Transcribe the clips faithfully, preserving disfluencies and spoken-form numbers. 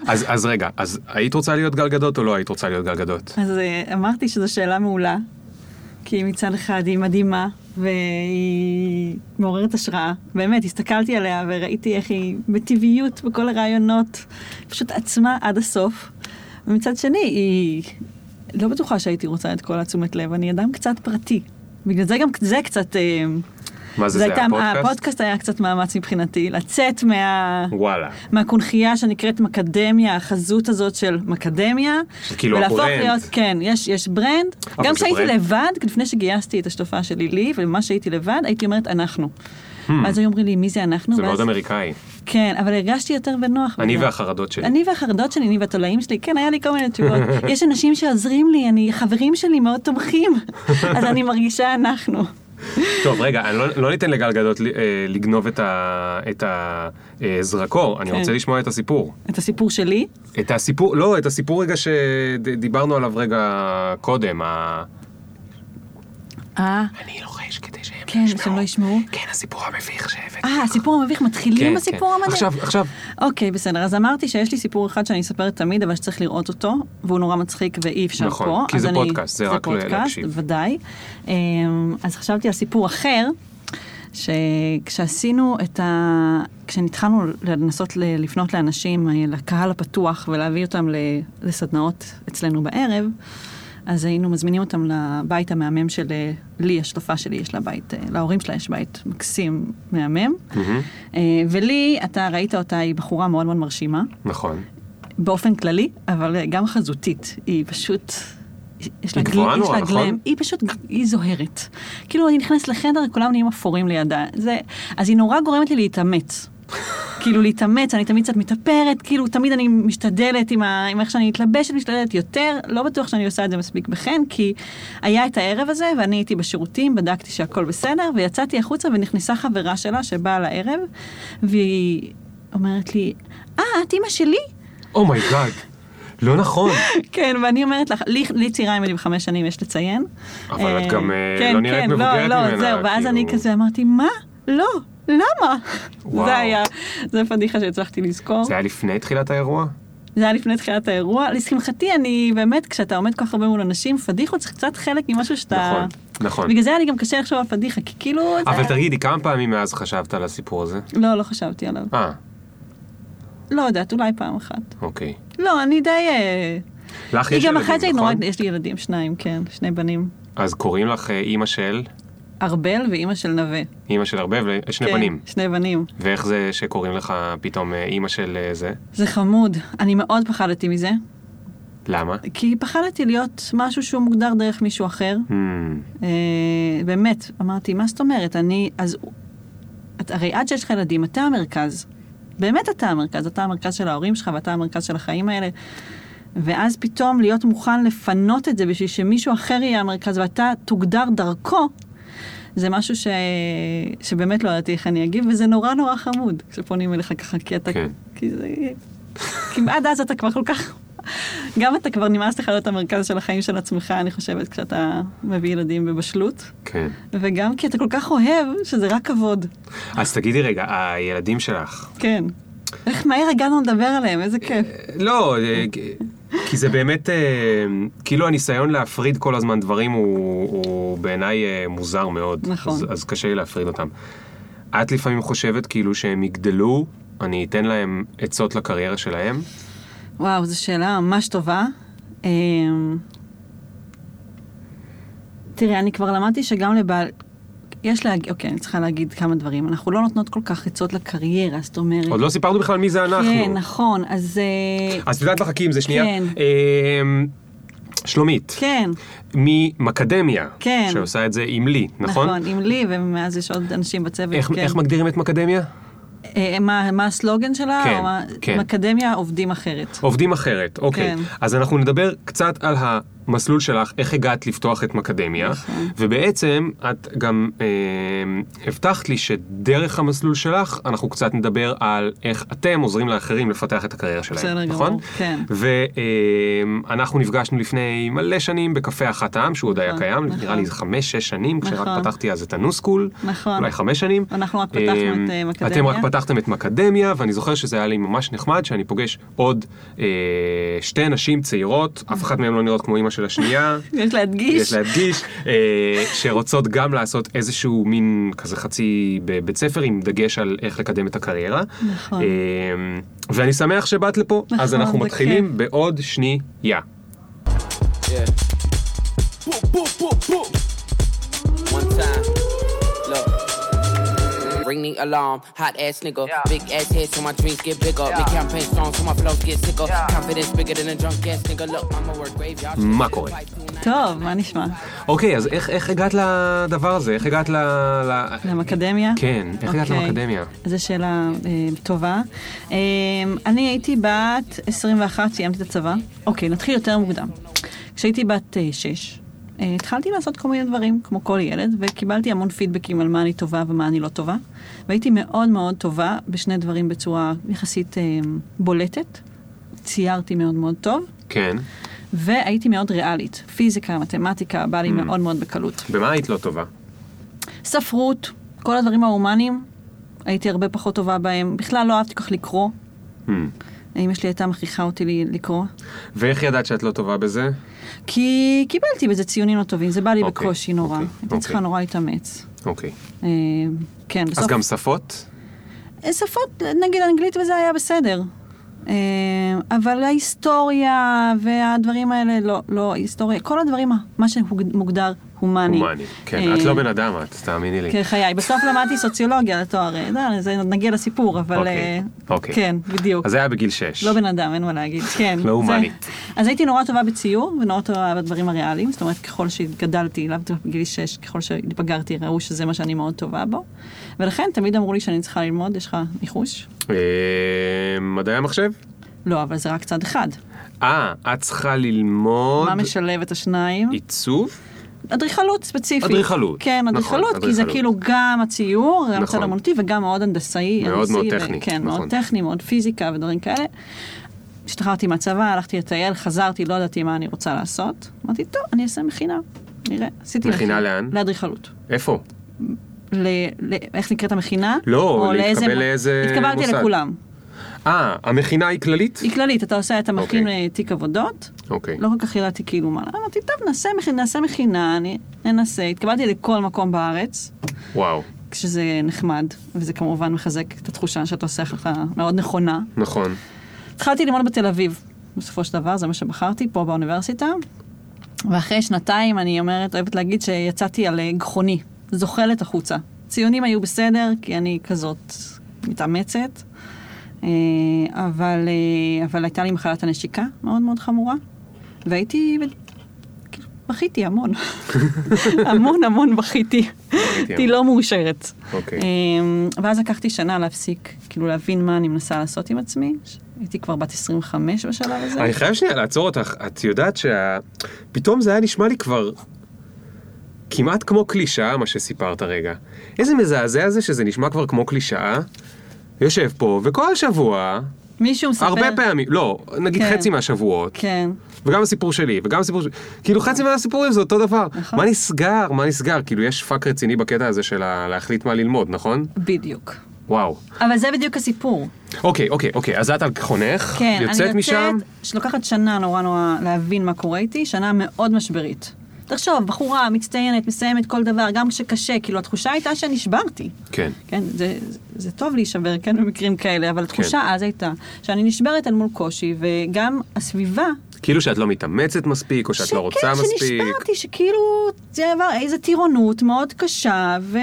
אז, אז רגע, אז היית רוצה להיות גלגדות או לא היית רוצה להיות גלגדות? אז אמרתי שזו שאלה מעולה, כי מצד אחד היא מדהימה, והיא מעוררת השראה. באמת, הסתכלתי עליה וראיתי איך היא בטבעיות בכל הרעיונות, פשוט עצמה עד הסוף. ומצד שני, היא לא בטוחה שהייתי רוצה את כל התשומת לב, אני אדם קצת פרטי. בגלל זה גם זה קצת... מה זה, זה, זה הייתה, הפודקאסט? הפודקאסט היה קצת מאמץ מבחינתי, לצאת מה... וואלה. מהקונחייה שנקראת מקדמיה, החזות הזאת של מקדמיה. כאילו ולהפוך הברנד. להיות, כן, יש, יש ברנד. גם כשהייתי ברנד. לבד, לפני שגייסתי את השותפה שלי לי, ומה שהייתי לבד, הייתי אומרת אנחנו. Hmm. ואז היו אומרים לי, מי זה אנחנו? זה ואז... מאוד אמריקאי. כן, אבל הרגשתי יותר בנוח. אני בזה. והחרדות שלי. אני והחרדות שלי, אני והתולעים שלי, כן, היה לי כל מיני תשובות. יש אנשים שעוזרים לי, אני, חברים שלי מאוד תומכים, אז אני מרגישה אנחנו. טוב, רגע, אני לא, לא ניתן לגלגדות לגנוב את, ה, את הזרקור, אני כן. רוצה לשמוע את הסיפור. את הסיפור שלי? את הסיפור, לא, את הסיפור רגע שדיברנו עליו רגע קודם. ה... אה. אני לוחש כדי שהם כן, לא ישמעו. שהם לא ישמעו. כן, הסיפור המביך שהבאתי. אה, הסיפור המביך, מתחילים כן, בסיפור כן. המדהים. עכשיו, עכשיו. אוקיי, בסדר. אז אמרתי שיש לי סיפור אחד שאני אספרת תמיד, אבל שצריך לראות אותו, והוא נורא מצחיק ואי אפשר נכון, פה. כי זה אני... פודקאסט, זה רק להקשיב. ודאי. אז חשבתי על סיפור אחר, שכשעשינו את ה... כשנתחלנו לנסות לפנות לאנשים, לקהל הפתוח, ולהביא אותם לסדנאות אצלנו בערב, אז היינו מזמינים אותם לבית המאמם של לי, השותפה שלי, יש לה בית, להורים שלה יש בית מקסים מאמם. Mm-hmm. ולי, אתה ראית אותה, היא בחורה מאוד מאוד מרשימה. נכון. באופן כללי, אבל גם חזותית. היא פשוט... יש לה היא גבוהה נורא, נכון? גלם, היא פשוט, היא זוהרת. כאילו, אני נכנסת לחדר, כולם נהיים אפורים לידה. זה, אז היא נורא גורמת לי להתאמץ. כאילו להתאמץ, אני תמיד קצת מתאפרת, כאילו תמיד אני משתדלת עם, ה, עם איך שאני מתלבשת, משתדלת יותר, לא בטוח שאני עושה את זה מספיק בחן, כי היה את הערב הזה, ואני הייתי בשירותים, בדקתי שהכל בסדר, ויצאתי החוצה ונכנסה חברה שלה שבאה לערב, והיא אומרת לי, אה, את אמא שלי? אומייגאד, לא נכון. כן, ואני אומרת לך, לי, לי צעירה ממני בחמש שנים, יש לציין. אבל את גם כן, לא נראית כן, מבוגרת לא, ממנה. לא, זהו, ואז כאילו... אני כזה אמרתי, מה? לא. למה? וואו. זה היה, זה פדיחה שהצלחתי לזכור. זה היה לפני תחילת האירוע? זה היה לפני תחילת האירוע. לשמחתי, אני באמת, כשאתה עומד כל כך הרבה מול אנשים, פדיחות זה קצת חלק ממשהו שאתה... נכון, נכון. בגלל זה היה לי גם קשה לחשוב על פדיחה, כי כאילו... אבל זה... תגידי, כמה פעמים מאז חשבת על הסיפור הזה? לא, לא חשבתי עליו. אה. לא יודעת, אולי פעם אחת. אוקיי. לא, אני די... לך יש ילדים, אחת נכון? נורא, יש לי ילדים, שניים, כן, שני בנים. אז קוראים לך אימא של... ארבל ואימא של נווה. אימא של הרבה ושני כן, בנים. שני בנים. ואיך זה שקוראים לך פתאום אימא של זה? זה חמוד. אני מאוד פחדתי מזה. למה? כי פחדתי להיות משהו שהוא מוגדר דרך מישהו אחר. Hmm. אה, באמת, אמרתי, מה זאת אומרת? אני, אז, את, הרי עד שיש לך ילדים, אתה המרכז. באמת אתה המרכז. אתה המרכז של ההורים שלך ואתה המרכז של החיים האלה. ואז פתאום להיות מוכן לפנות את זה בשביל שמישהו אחר יהיה המרכז ואתה תוגדר דרכו, זה משהו ש... שבאמת לא ידעתי איך אני אגיב, וזה נורא נורא חמוד כשפונים אליך ככה, כי אתה... כן. כי זה... כי עד אז אתה כבר כל כך... גם אתה כבר נמאס לך להיות המרכז של החיים של עצמך, אני חושבת, כשאתה מביא ילדים בבשלות. כן. וגם כי אתה כל כך אוהב, שזה רק כבוד. אז תגידי רגע, הילדים שלך... כן. איך מהר הגענו לדבר עליהם, איזה כיף. לא, כי זה באמת, כאילו הניסיון להפריד כל הזמן דברים הוא, הוא בעיניי מוזר מאוד. נכון. אז, אז קשה לי להפריד אותם. את לפעמים חושבת כאילו שהם יגדלו, אני אתן להם עצות לקריירה שלהם? וואו, זו שאלה ממש טובה. תראה, אני כבר למדתי שגם לבעל... יש להגיד, אוקיי, אני צריכה להגיד כמה דברים. אנחנו לא נותנות כל כך עצות לקריירה, זאת אומרת... עוד לא סיפרנו בכלל מי זה אנחנו. כן, נכון, אז... אז תדעת מחכים, זה שנייה. כן. שלומית. כן. ממקדמיה. כן. שעושה את זה עם לי, נכון? נכון, עם לי, ומאז יש עוד אנשים בצוות. איך, כן. איך מגדירים את מקדמיה? מה, מה הסלוגן שלה? כן, או מה... כן. מקדמיה עובדים אחרת. עובדים אחרת, אוקיי. כן. אז אנחנו נדבר קצת על המסלול שלך, איך הגעת לפתוח את מקדמיה, נכון. ובעצם את גם אה, הבטחת לי שדרך המסלול שלך, אנחנו קצת נדבר על איך אתם עוזרים לאחרים לפתח את הקריירה שלהם, בסדר נכון? גמור, כן. ואנחנו נפגשנו לפני מלא שנים בקפה אחת העם, שהוא עוד היה קיים, נכון. נראה לי חמש, שש שנים, כשרק נכון. פתחתי אז את הנו-סקול, נכון. אולי חמש שנים. אנחנו רק פתחנו את אה, מקדמיה. אתם רק פתחתם את מקדמיה, ואני זוכר שזה היה לי ממש נחמד, שאני פוגש עוד אה, שתי נשים צעירות, אף אחת מהן לא נראות כמו אמא של השנייה. יש להדגיש. יש להדגיש, אה, שרוצות גם לעשות איזשהו מין כזה חצי בבית ספר, עם דגש על איך לקדם את הקריירה. נכון. אה, ואני שמח שבאת לפה, נכון, אז אנחנו זה מתחילים כיף. בעוד שנייה. Yeah. Boom, boom, boom, boom. One time. Look. Ring the alarm. Hot ass nigga. Yeah. Big ass head so my dreams get bigger. Yeah. Big campaign strong so my flows get sicker. Yeah. Confidence bigger than a drunk ass nigga. Look, I'ma work graveyard. מה קורה? טוב, מה נשמע? אוקיי, אז איך, איך הגעת לדבר הזה? איך הגעת ל... ל... למקדמיה? כן, איך הגעת אוקיי. למקדמיה? זו שאלה אה, טובה. אה, אני הייתי בת עשרים ואחת, סיימתי את הצבא. אוקיי, נתחיל יותר מוקדם. כשהייתי בת אה, שש, אה, התחלתי לעשות כל מיני דברים, כמו כל ילד, וקיבלתי המון פידבקים על מה אני טובה ומה אני לא טובה. והייתי מאוד מאוד טובה בשני דברים בצורה יחסית אה, בולטת. ציירתי מאוד מאוד טוב. כן. והייתי מאוד ריאלית. פיזיקה, מתמטיקה, בא לי mm. מאוד מאוד בקלות. במה היית לא טובה? ספרות, כל הדברים ההומניים, הייתי הרבה פחות טובה בהם. בכלל לא אהבתי כך לקרוא. Hmm. אמא שלי הייתה מכריחה אותי לי לקרוא. ואיך ידעת שאת לא טובה בזה? כי קיבלתי בזה ציונים לא טובים, זה בא לי okay, בקושי נורא. okay, הייתי okay. צריכה נורא להתאמץ. אוקיי. אה, כן, בסוף... אז גם שפות? שפות, נגיד אנגלית וזה היה בסדר. אה, אבל ההיסטוריה והדברים האלה, לא, לא, היסטוריה, כל הדברים, מה שמוגדר הומני. הומני, כן. את לא בן אדם, את תאמיני לי. כחיי. בסוף למדתי סוציולוגיה לתואר, זה נגיע לסיפור, אבל... אוקיי, אוקיי. כן, בדיוק. אז זה היה בגיל שש. לא בן אדם, אין מה להגיד, כן. לא הומני. אז הייתי נורא טובה בציור, ונורא טובה בדברים הריאליים, זאת אומרת, ככל שהתגדלתי, לאו דווקא בגיל שש, ככל שהתבגרתי, ראו שזה מה שאני מאוד טובה בו. ולכן תמיד אמרו לי שאני צריכה ללמוד, יש לך ניחוש? מדעי המחשב? לא, אבל זה רק צד אחד. אה, את צריכה ללמוד... מה משלב את השניים? עיצוב? אדריכלות ספציפית. אדריכלות. כן, אדריכלות, נכון, כי זה אדריכלות. כאילו גם הציור, גם נכון. הצד אמנותי, וגם מאוד הנדסאי. מאוד הנדסי, מאוד ו- טכני, כן, נכון. מאוד טכני, מאוד פיזיקה ודברים כאלה. השתחררתי מהצבא, הלכתי לטייל, חזרתי, לא ידעתי מה אני רוצה לעשות. אמרתי, טוב, אני אעשה מכינה. נראה. עשיתי מכינה לאן? לאדריכלות. איפה? ל- ל- איך נקראת המכינה? לא, או להתקבל לאיזה התקבלתי מוסד. לכולם. אה, המכינה היא כללית? היא כללית, אתה עושה, אתה מכין אוקיי. תיק עבודות. אוקיי. לא כל כך ידעתי כאילו מה. אמרתי, טוב, נעשה מכינה, נעשה מכינה, אני ננסה. התקבלתי לכל מקום בארץ, וואו. כשזה נחמד, וזה כמובן מחזק את התחושה שאתה עושה החלטה מאוד נכונה. נכון. התחלתי ללמוד בתל אביב, בסופו של דבר, זה מה שבחרתי, פה באוניברסיטה. ואחרי שנתיים, אני אומרת, אוהבת להגיד שיצאתי על גחוני, זוחלת החוצה. ציונים היו בסדר, כי אני כזאת מתאמצת. אבל, אבל הייתה לי מחלת הנשיקה מאוד מאוד חמורה, והייתי, בכיתי המון. המון המון בכיתי. הייתי לא מאושרת. אוקיי. ואז לקחתי שנה להפסיק, כאילו להבין מה אני מנסה לעשות עם עצמי. הייתי כבר בת עשרים וחמש בשלב הזה. אני חייב שנייה לעצור אותך. את יודעת שפתאום זה היה נשמע לי כבר כמעט כמו קלישאה, מה שסיפרת רגע. איזה מזעזע זה שזה נשמע כבר כמו קלישאה. יושב פה, וכל שבוע... מישהו מספר... הרבה פעמים, לא, נגיד כן. חצי מהשבועות. כן. וגם הסיפור שלי, וגם הסיפור שלי. כאילו חצי מהסיפורים זה אותו דבר. נכון. מה נסגר? מה נסגר? כאילו יש פאק רציני בקטע הזה של להחליט מה ללמוד, נכון? בדיוק. וואו. אבל זה בדיוק הסיפור. אוקיי, אוקיי, אוקיי. אז את על חונך, כן, יוצאת אני משם? יוצאת, שלוקחת שנה נורא נורא להבין מה קורה איתי, שנה מאוד משברית. תחשוב, בחורה מצטיינת, מסיימת כל דבר, גם כשקשה, כאילו התחושה הייתה שנשברתי. כן. כן, זה, זה טוב להישבר, כן, במקרים כאלה, אבל התחושה כן. אז הייתה שאני נשברת אל מול קושי, וגם הסביבה... כאילו שאת לא מתאמצת מספיק, או שאת לא רוצה שכן, מספיק. שנשברתי, שכאילו זה עבר איזו טירונות מאוד קשה, ו...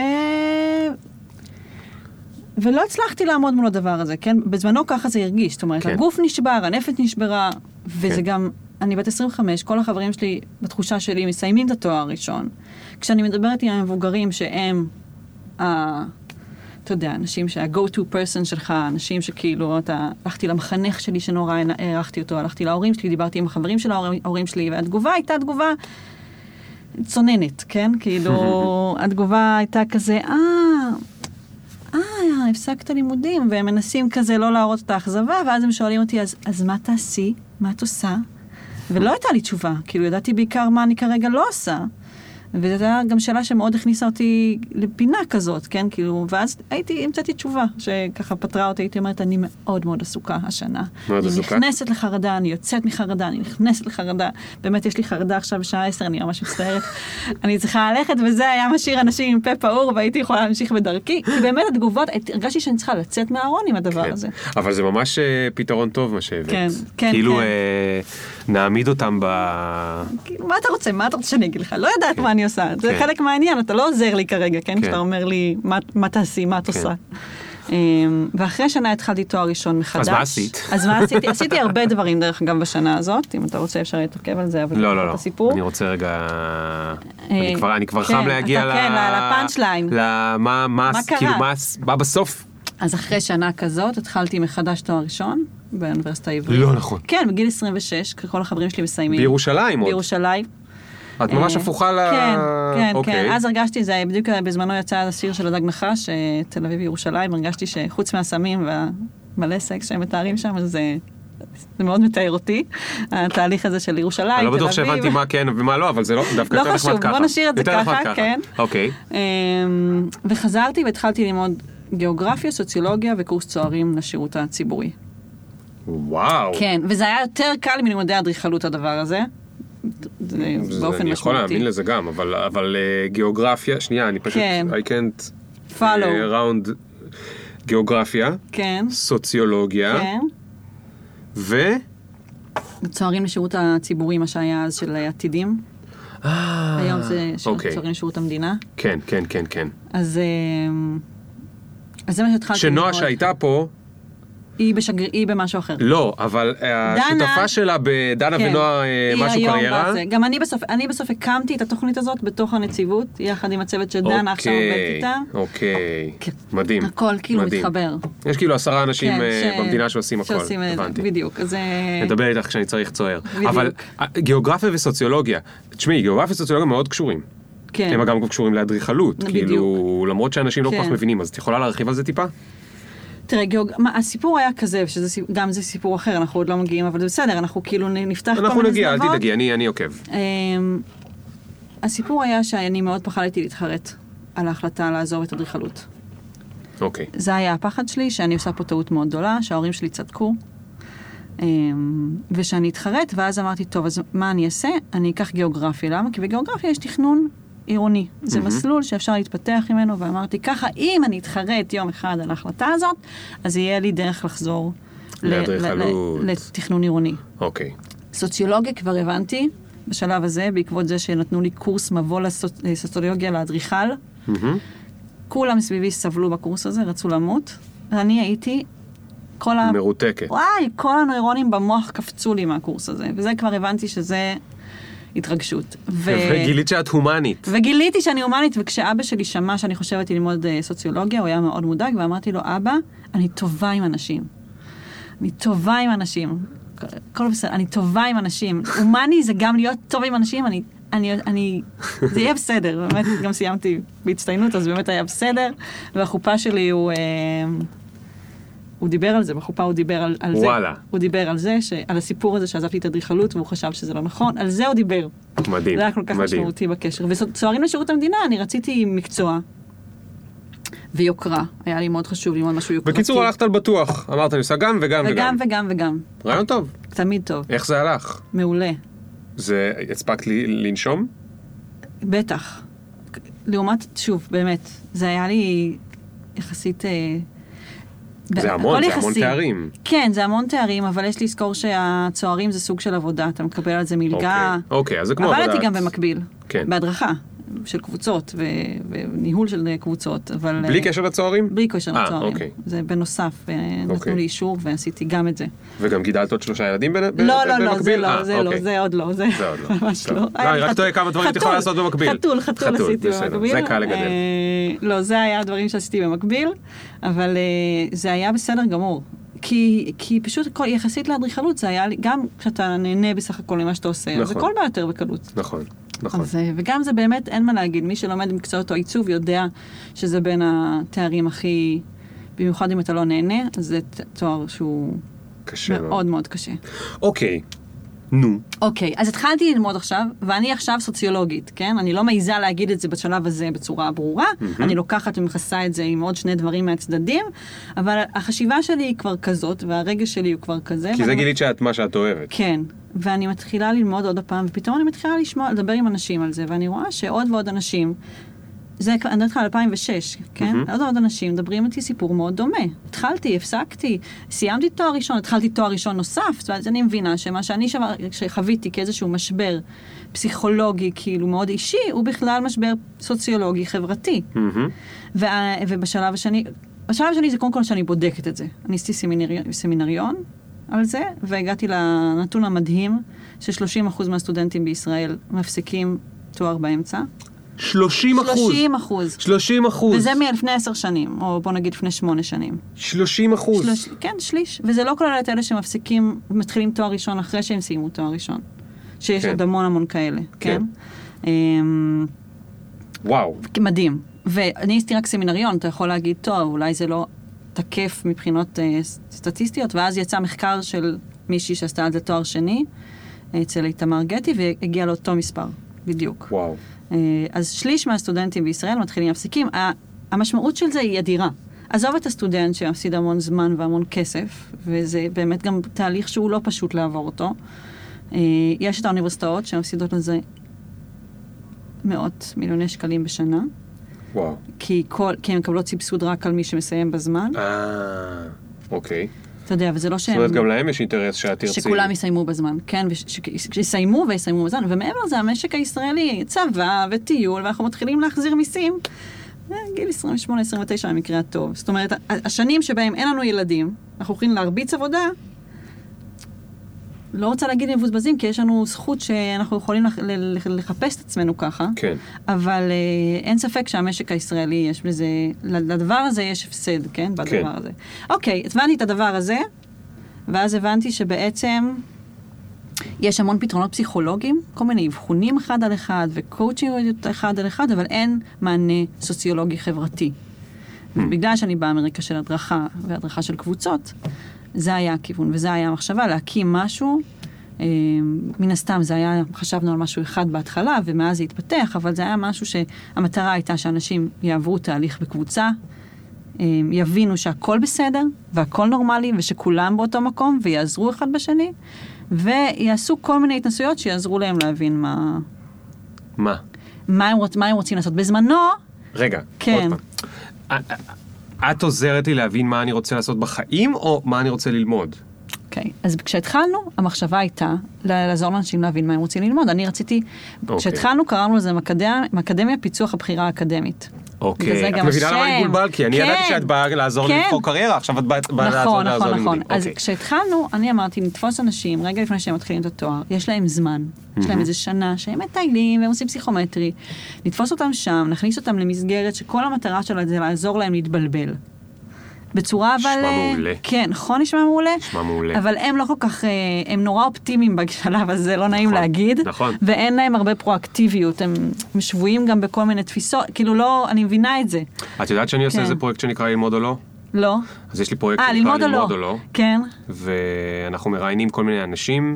ולא הצלחתי לעמוד מול הדבר הזה, כן? בזמנו ככה זה הרגיש, זאת אומרת, כן. הגוף נשבר, הנפש נשברה, וזה כן. גם, אני בת עשרים וחמש, כל החברים שלי, בתחושה שלי, מסיימים את התואר הראשון. כשאני מדברת עם המבוגרים שהם, ה... אתה יודע, אנשים שה-go-to person שלך, אנשים שכאילו, אתה, הלכתי למחנך שלי שנורא הערכתי אותו, הלכתי להורים שלי, דיברתי עם החברים של ההורים שלי, והתגובה הייתה תגובה צוננת, כן? כאילו, התגובה הייתה כזה, אה, אה, הפסקת לימודים, והם מנסים כזה לא להראות את האכזבה, ואז הם שואלים אותי, אז, אז מה תעשי? מה את עושה? ולא הייתה לי תשובה, כאילו, ידעתי בעיקר מה אני כרגע לא עושה. וזו הייתה גם שאלה שמאוד הכניסה אותי לפינה כזאת, כן? כאילו, ואז הייתי, המצאתי תשובה, שככה פתרה אותי, הייתי אומרת, אני מאוד מאוד עסוקה השנה. מאוד עסוקה? אני נכנסת לחרדה, אני יוצאת מחרדה, אני נכנסת לחרדה. באמת, יש לי חרדה עכשיו בשעה עשר, אני ממש מצטערת. אני צריכה ללכת, וזה היה משאיר אנשים עם פה פעור, והייתי יכולה להמשיך בדרכי. כי באמת התגובות, הרגשתי שאני צריכה לצאת מהארון עם הדבר הזה. אבל זה ממש פתרון טוב, מה שהבאת. כן, כן, כאילו, כן. נעמיד אותם ב... מה אתה רוצה? מה אתה רוצה שאני אגיד לך? לא יודעת מה אני עושה. זה חלק מהעניין, אתה לא עוזר לי כרגע, כן? כשאתה אומר לי, מה תעשי, מה את עושה. ואחרי שנה התחלתי תואר ראשון מחדש. אז מה עשית? אז מה עשיתי? עשיתי הרבה דברים דרך גם בשנה הזאת, אם אתה רוצה אפשר להתעכב על זה, אבל לא, לא, לא. הסיפור. אני רוצה רגע... אני כבר חם להגיע ל... כן, לפאנץ' ליין. מה כאילו, מה בסוף? אז אחרי שנה כזאת התחלתי מחדש תואר ראשון באוניברסיטה העברית. לא נכון. כן, בגיל עשרים ושש, כל החברים שלי מסיימים. בירושלים עוד. בירושלים. את ממש הפוכה ל... כן, כן, אוקיי. כן. אז הרגשתי, זה בדיוק בזמנו יצא השיר של הדג נחש, תל אביב ירושלים, הרגשתי שחוץ מהסמים והמלא סקס שהם מתארים שם, אז זה... זה מאוד מתאר אותי, התהליך הזה של ירושלים, תל אביב. אני לא בטוח שהבנתי מה כן ומה לא, אבל זה לא דווקא יותר נחמד ככה. לא חשוב, בוא נשאיר את זה ככה, כן. אוקיי. וחזרתי והתחלתי ללמוד גיאוגרפיה, סוציולוגיה וקורס צוערים לשירות הציבורי. וואו. כן, וזה היה יותר קל מלימודי אדריכלות הדבר הזה. זה באופן משמעותי. אני יכול להאמין לזה גם, אבל גיאוגרפיה, שנייה, אני פשוט, I can't around גיאוגרפיה, סוציולוגיה, ו... צוערים לשירות הציבורי, מה שהיה אז של עתידים. היום זה צוערים לשירות המדינה. כן, כן, כן, כן. אז זה מה שהתחלתי. שנועה שהייתה פה, היא בשגר... היא במשהו אחר. לא, אבל השותפה שלה בדנה ונועה משהו קריירה. גם אני בסוף, אני בסוף הקמתי את התוכנית הזאת בתוך הנציבות, יחד עם הצוות של דנה, עכשיו עובדת איתה. אוקיי, מדהים. הכל כאילו מתחבר. יש כאילו עשרה אנשים במדינה שעושים הכל. הבנתי. בדיוק. נדבר איתך כשאני צריך צוער. אבל גיאוגרפיה וסוציולוגיה, תשמעי, גיאוגרפיה וסוציולוגיה מאוד קשורים. הם גם קשורים לאדריכלות. כאילו, למרות שאנשים לא כל כך מבינים, אז את יכולה להרחיב על זה טיפה? תראה, גיאוג... מה, הסיפור היה כזה, שגם זה סיפור אחר, אנחנו עוד לא מגיעים, אבל זה בסדר, אנחנו כאילו נפתח כל מיני זנבות. אנחנו נגיע, אל תדאגי, אני, אני עוקב. הסיפור היה שאני מאוד פחדתי להתחרט על ההחלטה לעזוב את אדריכלות. אוקיי. זה היה הפחד שלי, שאני עושה פה טעות מאוד גדולה, שההורים שלי צדקו, ושאני אתחרט, ואז אמרתי, טוב, אז מה אני אעשה? אני אקח גיאוגרפיה. למה? כי בגיאוגרפיה יש תכנון עירוני. זה mm-hmm. מסלול שאפשר להתפתח ממנו, ואמרתי, ככה, אם אני אתחרט יום אחד על ההחלטה הזאת, אז יהיה לי דרך לחזור לאדריכלות. לתכנון עירוני. אוקיי. Okay. סוציולוגיה כבר הבנתי, בשלב הזה, בעקבות זה שנתנו לי קורס מבוא לסוציולוגיה לאדריכל. Mm-hmm. כולם סביבי סבלו בקורס הזה, רצו למות. ואני הייתי... כל ה... מרותקת. וואי, כל הנוירונים במוח קפצו לי מהקורס הזה, וזה כבר הבנתי שזה... התרגשות. ו... וגילית שאת הומנית. וגיליתי שאני הומנית, וכשאבא שלי שמע שאני חושבת ללמוד סוציולוגיה, הוא היה מאוד מודאג, ואמרתי לו, אבא, אני טובה עם אנשים. אני טובה עם אנשים. כל בסדר, אני טובה עם אנשים. הומני זה גם להיות טוב עם אנשים, אני, אני, אני, זה יהיה בסדר. באמת, גם סיימתי בהצטיינות, אז באמת היה בסדר. והחופה שלי הוא... הוא דיבר על זה, בחופה הוא דיבר על, על זה. וואלה. הוא דיבר על זה, ש, על הסיפור הזה שעזבתי את אדריכלות, והוא חשב שזה לא נכון. על זה הוא דיבר. מדהים. זה היה כל כך משמעותי בקשר. וצוערים לשירות המדינה, אני רציתי מקצוע ויוקרה. היה לי מאוד חשוב ללמוד משהו יוקרתי. בקיצור, הלכת על בטוח. אמרת, אני עושה גם וגם וגם. וגם וגם וגם. רעיון טוב. תמיד טוב. איך זה הלך? מעולה. זה, הספקת לי לנשום? בטח. לעומת, שוב, באמת, זה היה לי יחסית... זה המון, זה המון תארים. כן, זה המון תארים, אבל יש לזכור שהצוערים זה סוג של עבודה, אתה מקבל על זה מלגה. אוקיי, אז זה כמו עבודה. עבדתי גם במקביל, בהדרכה. של קבוצות ו, וניהול של קבוצות, אבל... בלי קשר לצוערים? בלי קשר 아, לצוערים. אוקיי. זה בנוסף, נתנו אוקיי. לי אישור ועשיתי גם את זה. וגם גידלת עוד שלושה ילדים במקביל? לא, לא, לא, זה לא, 아, זה אוקיי. לא, זה עוד לא, זה זה עוד לא. ממש טוב. לא. לא, אני רק טועה כמה דברים את יכולה לעשות במקביל. חתול, חתול עשיתי בסדר, במקביל. זה קל לגדל. אה, לא, זה היה הדברים שעשיתי במקביל, אבל אה, זה היה בסדר גמור. כי, כי פשוט כל, יחסית לאדריכלות זה היה לי, גם כשאתה נהנה בסך הכל למה שאתה עושה, נכון. זה כל בא יותר בקלות. נכון, נכון. אז, וגם זה באמת, אין מה להגיד, מי שלומד מקצועות או עיצוב יודע שזה בין התארים הכי, במיוחד אם אתה לא נהנה, אז זה תואר שהוא קשה מאוד מאוד, מאוד קשה. אוקיי, נו. אוקיי, אז התחלתי ללמוד עכשיו, ואני עכשיו סוציולוגית, כן? אני לא מעיזה להגיד את זה בשלב הזה בצורה ברורה, mm-hmm. אני לוקחת ומכסה את זה עם עוד שני דברים מהצדדים, אבל החשיבה שלי היא כבר כזאת, והרגש שלי הוא כבר כזה. כי זה גילית שאת מה שאת אוהבת. כן, ואני מתחילה ללמוד עוד הפעם, ופתאום אני מתחילה לשמוע, לדבר עם אנשים על זה, ואני רואה שעוד ועוד אנשים, זה, אני יודעת לך, אלפיים ושש, כן? Mm-hmm. עוד ועוד אנשים מדברים איתי סיפור מאוד דומה. התחלתי, הפסקתי, סיימתי תואר ראשון, התחלתי תואר ראשון נוסף, אז אני מבינה שמה שאני שבר, שחוויתי כאיזשהו משבר פסיכולוגי, כאילו מאוד אישי, הוא בכלל משבר סוציולוגי, חברתי. Mm-hmm. וה, ובשלב השני, בשלב השני זה קודם כל שאני בודקת את זה. אני עשיתי סמינריון, סמינריון על זה, והגעתי לנתון המדהים, ש-שלושים אחוז מהסטודנטים בישראל מפסיקים תואר באמצע. שלושים אחוז. שלושים אחוז. שלושים אחוז. וזה מלפני עשר שנים, או בוא נגיד לפני שמונה שנים. שלושים אחוז. שלוש, כן, שליש. וזה לא כולל את אלה שמפסיקים, מתחילים תואר ראשון אחרי שהם סיימו תואר ראשון. שיש כן. עוד המון המון כאלה, כן? כן. וואו. מדהים. ואני עשיתי רק סמינריון, אתה יכול להגיד, טוב, אולי זה לא תקף מבחינות אה, סטטיסטיות, ואז יצא מחקר של מישהי שעשתה על זה תואר שני, אצל איתמר גטי, והגיע לאותו מספר, בדיוק. וואו. אז שליש מהסטודנטים בישראל מתחילים להפסיקים. המשמעות של זה היא אדירה. עזוב את הסטודנט שמפסיד המון זמן והמון כסף, וזה באמת גם תהליך שהוא לא פשוט לעבור אותו. יש את האוניברסיטאות שמפסידות לזה מאות מיליוני שקלים בשנה. וואו. כי, כל, כי הם מקבלות סבסוד רק על מי שמסיים בזמן. אה, אוקיי. אתה יודע, וזה לא שהם... זאת אומרת, גם להם יש אינטרס שאת תרצי. שכולם יסיימו בזמן, כן, ושיסיימו ויסיימו בזמן, ומעבר לזה, המשק הישראלי, צבא וטיול, ואנחנו מתחילים להחזיר מיסים, גיל עשרים ושמונה עשרים ותשע במקרה הטוב. זאת אומרת, השנים שבהם אין לנו ילדים, אנחנו הולכים להרביץ עבודה, לא רוצה להגיד מבוזבזים, כי יש לנו זכות שאנחנו יכולים לחפש את עצמנו ככה, כן. אבל אין ספק שהמשק הישראלי יש בזה, לדבר הזה יש הפסד, כן? בדבר כן. הזה. אוקיי, הבנתי את הדבר הזה, ואז הבנתי שבעצם יש המון פתרונות פסיכולוגיים, כל מיני אבחונים אחד על אחד, וקואוצ'ינג אחד על אחד, אבל אין מענה סוציולוגי חברתי. בגלל שאני באמריקה של הדרכה, והדרכה של קבוצות, זה היה הכיוון, וזה היה המחשבה, להקים משהו, אה, מן הסתם זה היה, חשבנו על משהו אחד בהתחלה, ומאז זה התפתח, אבל זה היה משהו שהמטרה הייתה שאנשים יעברו תהליך בקבוצה, אה, יבינו שהכל בסדר, והכל נורמלי, ושכולם באותו מקום, ויעזרו אחד בשני, ויעשו כל מיני התנסויות שיעזרו להם להבין מה... מה? מה הם, רוצ, מה הם רוצים לעשות. בזמנו... רגע, כן. עוד פעם. את עוזרת לי להבין מה אני רוצה לעשות בחיים, או מה אני רוצה ללמוד? אוקיי, okay. אז כשהתחלנו, המחשבה הייתה לעזור לאנשים להבין מה הם רוצים ללמוד. אני רציתי, okay. כשהתחלנו קראנו לזה אקדמיה פיצוח הבחירה האקדמית. אוקיי, את מבינה למה אני בולבל? כי אני ידעתי שאת באה לעזור לי לבחור קריירה, עכשיו את באה לעזור לימודים. נכון, נכון. אז כשהתחלנו, אני אמרתי, נתפוס אנשים, רגע לפני שהם מתחילים את התואר, יש להם זמן, יש להם איזה שנה שהם מטיילים והם עושים פסיכומטרי, נתפוס אותם שם, נכניס אותם למסגרת שכל המטרה שלה זה לעזור להם להתבלבל. בצורה אבל... נשמע מעולה. כן, נכון נשמע מעולה. נשמע מעולה. אבל הם לא כל כך, הם נורא אופטימיים בשלב הזה, לא נעים נכון, להגיד. נכון. ואין להם הרבה פרואקטיביות, הם שבויים גם בכל מיני תפיסות, כאילו לא, אני מבינה את זה. את יודעת שאני עושה כן. איזה פרויקט שנקרא ללמוד או לא? לא. אז יש לי פרויקט 아, שנקרא ללמוד, ללמוד או או לא. כן. ואנחנו מראיינים כל מיני אנשים,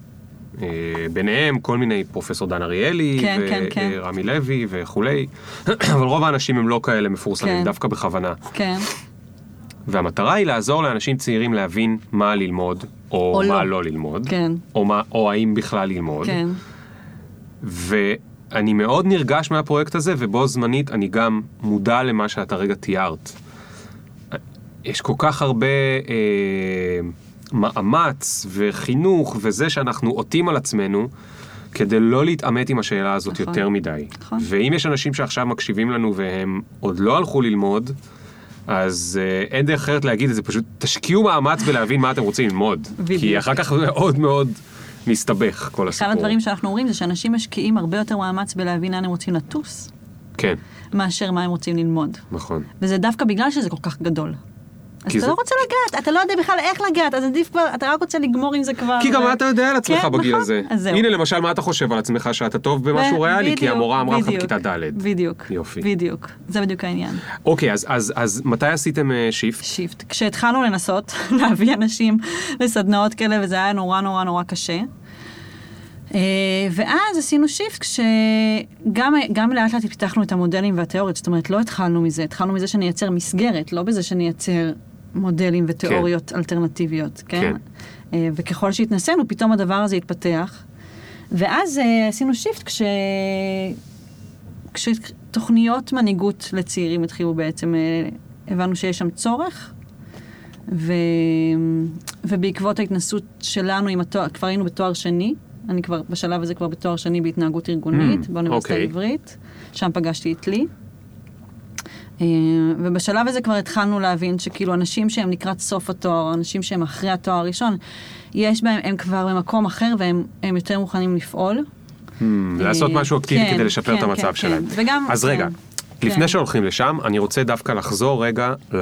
ביניהם כל מיני פרופסור דן אריאלי, כן, כן, כן. ורמי לוי וכולי, אבל רוב האנשים הם לא כאלה מפורסמים, כן. דווקא בכוונה. כן. והמטרה היא לעזור לאנשים צעירים להבין מה ללמוד, או, או מה לא. לא ללמוד, כן. או, מה, או האם בכלל ללמוד. כן. ואני מאוד נרגש מהפרויקט הזה, ובו זמנית אני גם מודע למה שאת הרגע תיארת. יש כל כך הרבה אה, מאמץ וחינוך, וזה שאנחנו עוטים על עצמנו, כדי לא להתאמת עם השאלה הזאת נכון. יותר מדי. נכון. ואם יש אנשים שעכשיו מקשיבים לנו והם עוד לא הלכו ללמוד, אז uh, אין דרך אחרת להגיד את זה, פשוט תשקיעו מאמץ ולהבין מה אתם רוצים ללמוד. בדיוק. כי אחר כך מאוד מאוד מסתבך כל הסיפור. אחד הדברים שאנחנו אומרים זה שאנשים משקיעים הרבה יותר מאמץ בלהבין לאן הם רוצים לטוס, כן. מאשר מה הם רוצים ללמוד. נכון. וזה דווקא בגלל שזה כל כך גדול. אז אתה זה... לא רוצה לגעת, אתה לא יודע בכלל איך לגעת, אז עדיף כבר, אתה רק רוצה לגמור עם זה כבר. כי גם מה אתה יודע על עצמך כן, בגיל נכון. הזה. אז זהו. הנה למשל מה אתה חושב על עצמך שאתה טוב במשהו ריאלי, כי בדיוק, המורה אמרה לך בדיוק, בכיתה ד'. בדיוק, יופי. בדיוק, זה בדיוק העניין. אוקיי, אז, אז, אז מתי עשיתם uh, שיפט? שיפט. כשהתחלנו לנסות להביא אנשים לסדנאות כאלה, וזה היה נורא נורא נורא קשה. ואז עשינו שיפט כשגם גם לאט לאט פיתחנו את המודלים והתיאוריות, זאת אומרת, לא התחלנו מזה, התחלנו מזה שנייצר מסגרת, לא בזה שנייצר מודלים ותיאוריות כן. אלטרנטיביות, כן? כן. וככל שהתנסינו, פתאום הדבר הזה התפתח, ואז עשינו שיפט כש... כשתוכניות מנהיגות לצעירים התחילו בעצם, הבנו שיש שם צורך, ו... ובעקבות ההתנסות שלנו עם התואר, כבר היינו בתואר שני, אני כבר, בשלב הזה כבר בתואר שני בהתנהגות ארגונית, mm, באוניברסיטה okay. העברית, שם פגשתי את לי. ובשלב הזה כבר התחלנו להבין שכאילו אנשים שהם לקראת סוף התואר, אנשים שהם אחרי התואר הראשון, יש בהם, הם כבר במקום אחר והם הם יותר מוכנים לפעול. Hmm, לעשות משהו אקטיבי כן, כדי לשפר כן, את המצב כן, שלהם. כן. וגם, אז רגע, כן. לפני שהולכים לשם, אני רוצה דווקא לחזור רגע ל...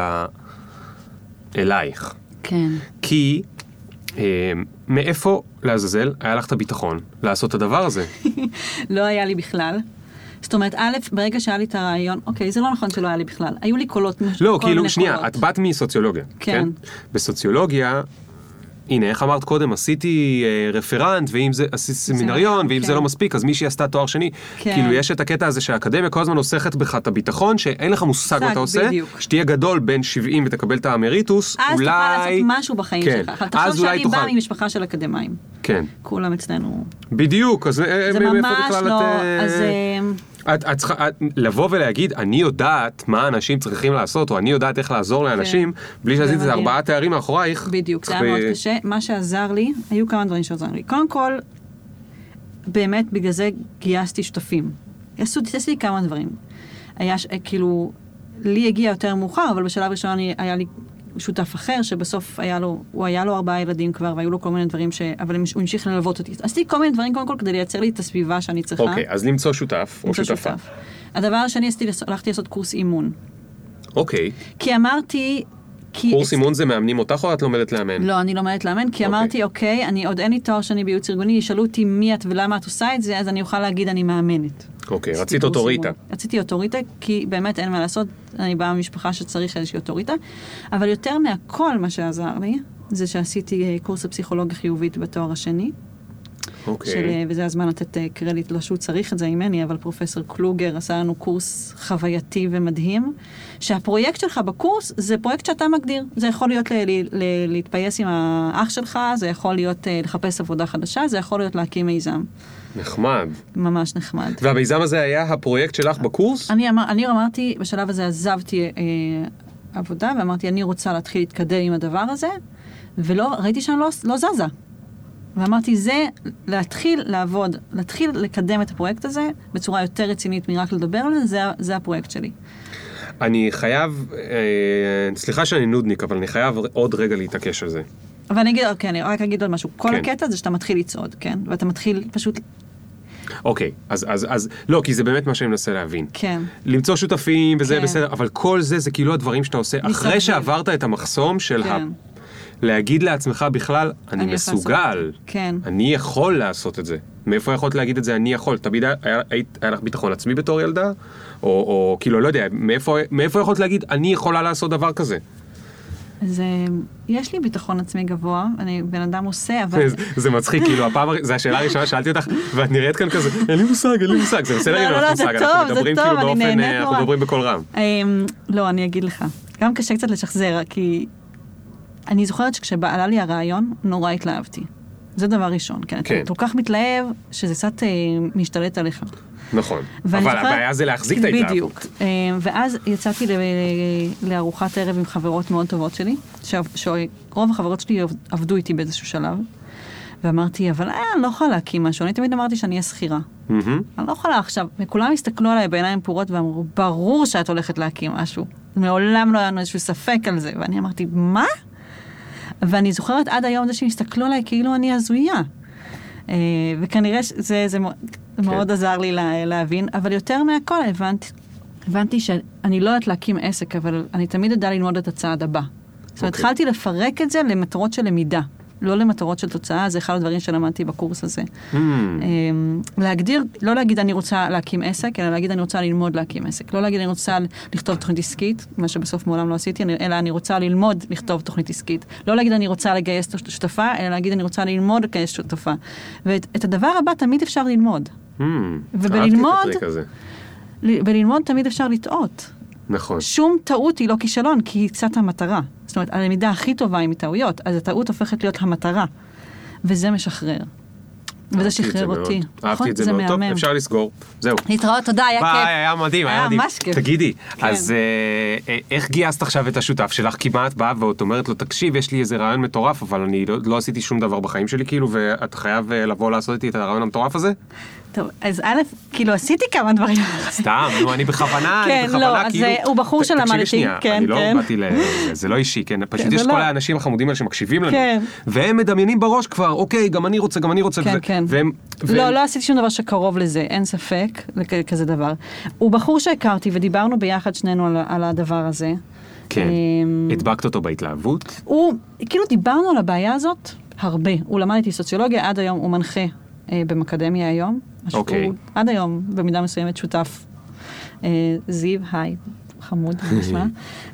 אלייך. כן. כי אה, מאיפה לעזאזל היה לך את הביטחון לעשות את הדבר הזה? לא היה לי בכלל. זאת אומרת, א', ברגע שהיה לי את הרעיון, אוקיי, זה לא נכון שלא היה לי בכלל. היו לי קולות, לא, כאילו, שנייה, קולות. את באת מסוציולוגיה, כן. כן? בסוציולוגיה, הנה, איך אמרת קודם, עשיתי אה, רפרנט, ואם זה, עשיתי סמינריון, ואם כן. זה לא מספיק, אז מישהי עשתה תואר שני. כן. כאילו, יש את הקטע הזה שהאקדמיה כל הזמן עוסקת בך את הביטחון, שאין לך מושג מה אתה עושה, בדיוק. שתהיה גדול בין שבעים ותקבל את האמריטוס, אז אולי... אז תוכל לעשות משהו בחיים כן. שלך. תחשוב שאני תוכל... באה ממשפחה של אקדמיים. כן. כולם אצלנו... בדיוק, אז... זה ממש לא... אז... את, את צריכה, את, לבוא ולהגיד, אני יודעת מה אנשים צריכים לעשות, או אני יודעת איך לעזור לאנשים, כן. בלי שעשית את זה ארבעה תארים מאחורייך. בדיוק, זה היה מאוד קשה. מה שעזר לי, היו כמה דברים שעזר לי. קודם כל, באמת, בגלל זה גייסתי שותפים. עשיתי לי כמה דברים. היה, כאילו, לי הגיע יותר מאוחר, אבל בשלב ראשון אני, היה לי שותף אחר, שבסוף היה לו, הוא היה לו ארבעה ילדים כבר, והיו לו כל מיני דברים ש... אבל הוא המשיך ללוות אותי. עשיתי כל מיני דברים, קודם כל, כדי לייצר לי את הסביבה שאני צריכה. אוקיי, אז למצוא שותף, או שותפה. הדבר השני, הלכתי לעשות קורס אימון. אוקיי. כי אמרתי... קורס אימון זה מאמנים אותך, או את לומדת לאמן? לא, אני לומדת לאמן, כי אמרתי, אוקיי, אני עוד אין לי תואר שני בייעוץ ארגוני, ישאלו אותי מי את ולמה את עושה את זה, אז אני אוכל להגיד, אני מאמנת. אוקיי, רצית אוטוריטה. רציתי אוטוריטה, כי באמת אין מה לעשות, אני באה ממשפחה שצריך איזושהי אוטוריטה, אבל יותר מהכל מה שעזר לי, זה שעשיתי קורס הפסיכולוגיה חיובית בתואר השני, אוקיי. של, וזה הזמן לתת קרדיט, לא שהוא צריך את זה ממני, אבל פרופסור קלוגר עשה לנו קורס חווייתי ומדהים, שהפרויקט שלך בקורס זה פרויקט שאתה מגדיר. זה יכול להיות ל- ל- ל- להתפייס עם האח שלך, זה יכול להיות לחפש עבודה חדשה, זה יכול להיות להקים מיזם. נחמד. ממש נחמד. והמיזם הזה היה הפרויקט שלך בקורס? אני, אמר, אני אמרתי, בשלב הזה עזבתי אה, עבודה, ואמרתי, אני רוצה להתחיל להתקדם עם הדבר הזה, ולא, ראיתי שאני לא, לא זזה. ואמרתי, זה להתחיל לעבוד, להתחיל לקדם את הפרויקט הזה, בצורה יותר רצינית מרק לדבר על זה, זה, זה הפרויקט שלי. אני חייב, אה, סליחה שאני נודניק, אבל אני חייב עוד רגע להתעקש על זה. אבל אני אגיד, אוקיי, אני רק אגיד עוד משהו. כל כן. הקטע זה שאתה מתחיל לצעוד, כן? ואתה מתחיל פשוט... אוקיי, אז, אז, אז, לא, כי זה באמת מה שאני מנסה להבין. כן. למצוא שותפים וזה כן. בסדר, אבל כל זה, זה כאילו הדברים שאתה עושה, מסביב. אחרי שעברת את המחסום של כן. ה... להגיד לעצמך בכלל, אני, אני מסוגל. כן. אני יכול לעשות את זה. מאיפה יכולת להגיד את זה, אני יכול? תמיד היה, היה, היה לך ביטחון עצמי בתור ילדה? או, או כאילו, לא יודע, מאיפה, מאיפה יכולת להגיד, אני יכולה לעשות דבר כזה? אז יש לי ביטחון עצמי גבוה, אני בן אדם עושה, אבל... זה, זה מצחיק, כאילו, הפעם, זו השאלה הראשונה, שאלתי אותך, ואת נראית כאן כזה, אין לי מושג, אין לי מושג, זה בסדר, אין לי מושג, אנחנו מדברים כאילו באופן, אנחנו מדברים בכל רם. לא, אני אגיד לך, גם קשה קצת לשחזר, כי אני זוכרת שכשעלה לי הרעיון, נורא התלהבתי. זה דבר ראשון, כן. אתה כל כך מתלהב, שזה קצת משתלט עליך. נכון, אבל הבעיה זה להחזיק את ההתלהבות. בדיוק. ואז יצאתי לארוחת ערב עם חברות מאוד טובות שלי, שרוב החברות שלי עבדו איתי באיזשהו שלב, ואמרתי, אבל אה, אני לא יכולה להקים משהו, אני תמיד אמרתי שאני אהיה שכירה. אני לא יכולה עכשיו, וכולם הסתכלו עליי בעיניים פורות ואמרו, ברור שאת הולכת להקים משהו. מעולם לא היה לנו איזשהו ספק על זה, ואני אמרתי, מה? ואני זוכרת עד היום זה שהסתכלו עליי כאילו אני הזויה. וכנראה שזה זה מאוד עזר לי להבין, אבל יותר מהכל הבנתי, הבנתי שאני לא יודעת להקים עסק, אבל אני תמיד ידעה ללמוד את הצעד הבא. זאת אומרת, התחלתי לפרק את זה למטרות של למידה, לא למטרות של תוצאה, זה אחד הדברים שלמדתי בקורס הזה. להגדיר, לא להגיד אני רוצה להקים עסק, אלא להגיד אני רוצה ללמוד להקים עסק. לא להגיד אני רוצה לכתוב תוכנית עסקית, מה שבסוף מעולם לא עשיתי, אלא אני רוצה ללמוד לכתוב תוכנית עסקית. לא להגיד אני רוצה לגייס שותפה, אלא להגיד אני רוצה ללמוד לגייס שותפה. ואת הדבר הבא תמיד אפשר ללמוד. ובללמוד, בללמוד תמיד אפשר לטעות. נכון. שום טעות היא לא כישלון, כי היא קצת המטרה. זאת אומרת, הלמידה הכי טובה היא מטעויות, אז הטעות הופכת להיות המטרה. וזה משחרר. וזה שחרר אותי. אהבתי את זה מאוד. טוב, אפשר לסגור. זהו. להתראות, תודה, היה כיף. ביי, היה מדהים, היה מדהים. היה ממש כיף. תגידי, אז איך גייסת עכשיו את השותף שלך? כמעט באה ואת אומרת לו, תקשיב, יש לי איזה רעיון מטורף, אבל אני לא עשיתי שום דבר בחיים שלי, כאילו, ואתה חייב לבוא לעשות איתי את הרעיון המטורף הזה? טוב, אז א', כאילו, עשיתי כמה דברים. סתם, נו, אני בכוונה, אני בכוונה, כאילו... כן, לא, אז הוא בחור שלמדתי, כן, אני לא באתי ל... זה לא אישי, כן? פשוט יש כל האנשים החמודים האלה שמקשיבים לנו, והם מדמיינים בראש כבר, אוקיי, גם אני רוצה, גם אני רוצה, והם... לא, לא עשיתי שום דבר שקרוב לזה, אין ספק, כזה דבר. הוא בחור שהכרתי, ודיברנו ביחד שנינו על הדבר הזה. כן, הדבקת אותו בהתלהבות? הוא, כאילו, דיברנו על הבעיה הזאת הרבה. הוא למד איתי סוציולוגיה, עד היום הוא מנחה במקדמיה היום. אוקיי. עד היום, במידה מסוימת, שותף זיו, היי, חמוד, נשמע.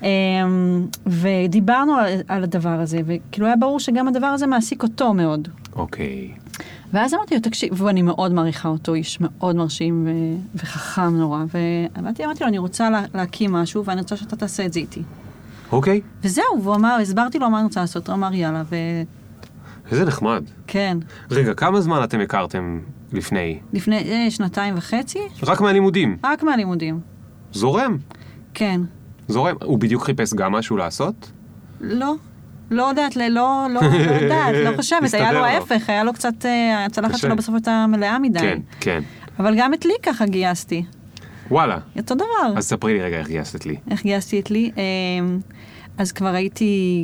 ודיברנו על הדבר הזה, וכאילו היה ברור שגם הדבר הזה מעסיק אותו מאוד. אוקיי. ואז אמרתי לו, תקשיב, ואני מאוד מעריכה אותו, איש מאוד מרשים וחכם נורא, ואמרתי לו, אני רוצה להקים משהו, ואני רוצה שאתה תעשה את זה איתי. אוקיי. וזהו, והוא אמר, הסברתי לו מה אני רוצה לעשות, הוא אמר, יאללה, ו... איזה נחמד. כן. רגע, כמה זמן אתם הכרתם לפני? לפני שנתיים וחצי. רק מהלימודים? רק מהלימודים. זורם? כן. זורם? הוא בדיוק חיפש גם משהו לעשות? לא. לא יודעת, לא, לא, לא יודעת, לא חושבת. היה לו ההפך, היה לו קצת, הצלחת שלו בסוף הייתה מלאה מדי. כן, כן. אבל גם את לי ככה גייסתי. וואלה. אותו דבר. אז ספרי לי רגע איך גייסת את לי. איך גייסתי את לי? אז כבר הייתי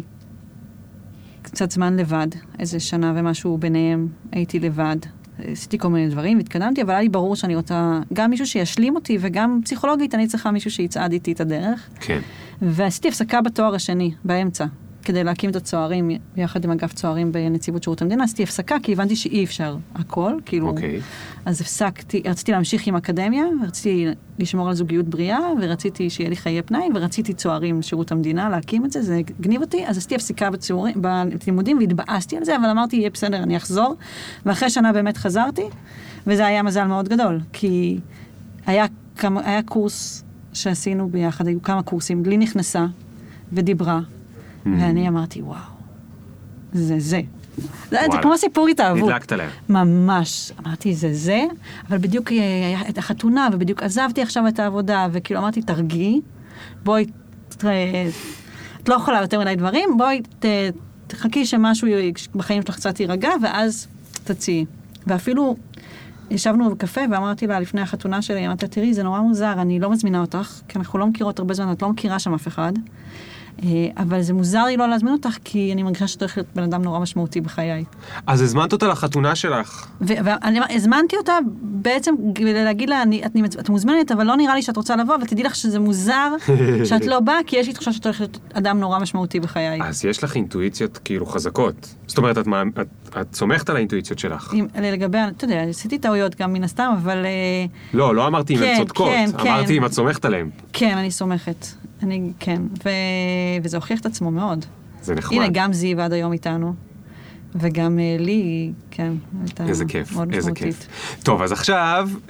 קצת זמן לבד, איזה שנה ומשהו ביניהם, הייתי לבד. עשיתי כל מיני דברים, התקדמתי, אבל היה לי ברור שאני רוצה גם מישהו שישלים אותי, וגם פסיכולוגית אני צריכה מישהו שיצעד איתי את הדרך. כן. ועשיתי הפסקה בתואר השני, באמצע, כדי להקים את הצוערים, יחד עם אגף צוערים בנציבות שירות המדינה. עשיתי הפסקה, כי הבנתי שאי אפשר הכל, כאילו... אוקיי. אז הפסקתי, רציתי להמשיך עם אקדמיה, רציתי לשמור על זוגיות בריאה, ורציתי שיהיה לי חיי פנאי, ורציתי צוערים שירות המדינה, להקים את זה, זה גניב אותי, אז עשיתי הפסקה בצוערים, בלימודים, והתבאסתי על זה, אבל אמרתי, יהיה בסדר, אני אחזור, ואחרי שנה באמת חזרתי, וזה היה מזל מאוד גדול, כי היה, כמה, היה קורס שעשינו ביחד, היו כמה קורסים, לי נכנסה ודיברה, ואני אמרתי, וואו, זה זה. זה כמו סיפור התאהבות. נדלקת להם. ממש. אמרתי, זה זה, אבל בדיוק היה את החתונה, ובדיוק עזבתי עכשיו את העבודה, וכאילו אמרתי, תרגי, בואי, את לא יכולה יותר מדי דברים, בואי, תחכי שמשהו בחיים שלך קצת יירגע, ואז תציעי. ואפילו ישבנו בקפה, ואמרתי לה, לפני החתונה שלי, אמרתי, תראי, זה נורא מוזר, אני לא מזמינה אותך, כי אנחנו לא מכירות הרבה זמן, את לא מכירה שם אף אחד. אבל זה מוזר לי לא להזמין אותך, כי אני מרגישה שאתה הולך להיות בן אדם נורא משמעותי בחיי. אז הזמנת אותה לחתונה שלך? והזמנתי אותה בעצם כדי להגיד לה, את מוזמנת, אבל לא נראה לי שאת רוצה לבוא, אבל תדעי לך שזה מוזר שאת לא באה, כי יש לי תחושה שאתה הולך להיות אדם נורא משמעותי בחיי. אז יש לך אינטואיציות כאילו חזקות. זאת אומרת, את סומכת על האינטואיציות שלך. לגבי, אתה יודע, עשיתי טעויות גם מן הסתם, אבל... לא, לא אמרתי אם הן צודקות, אמרתי אם את סומכת עליהן. כן, אני סומכת. אני, כן, ו... וזה הוכיח את עצמו מאוד. זה נחמד. הנה, גם זיו עד היום איתנו, וגם uh, לי, כן, הייתה איזה כיף, מאוד איזה משמעותית. כיף. טוב, אז עכשיו, אה,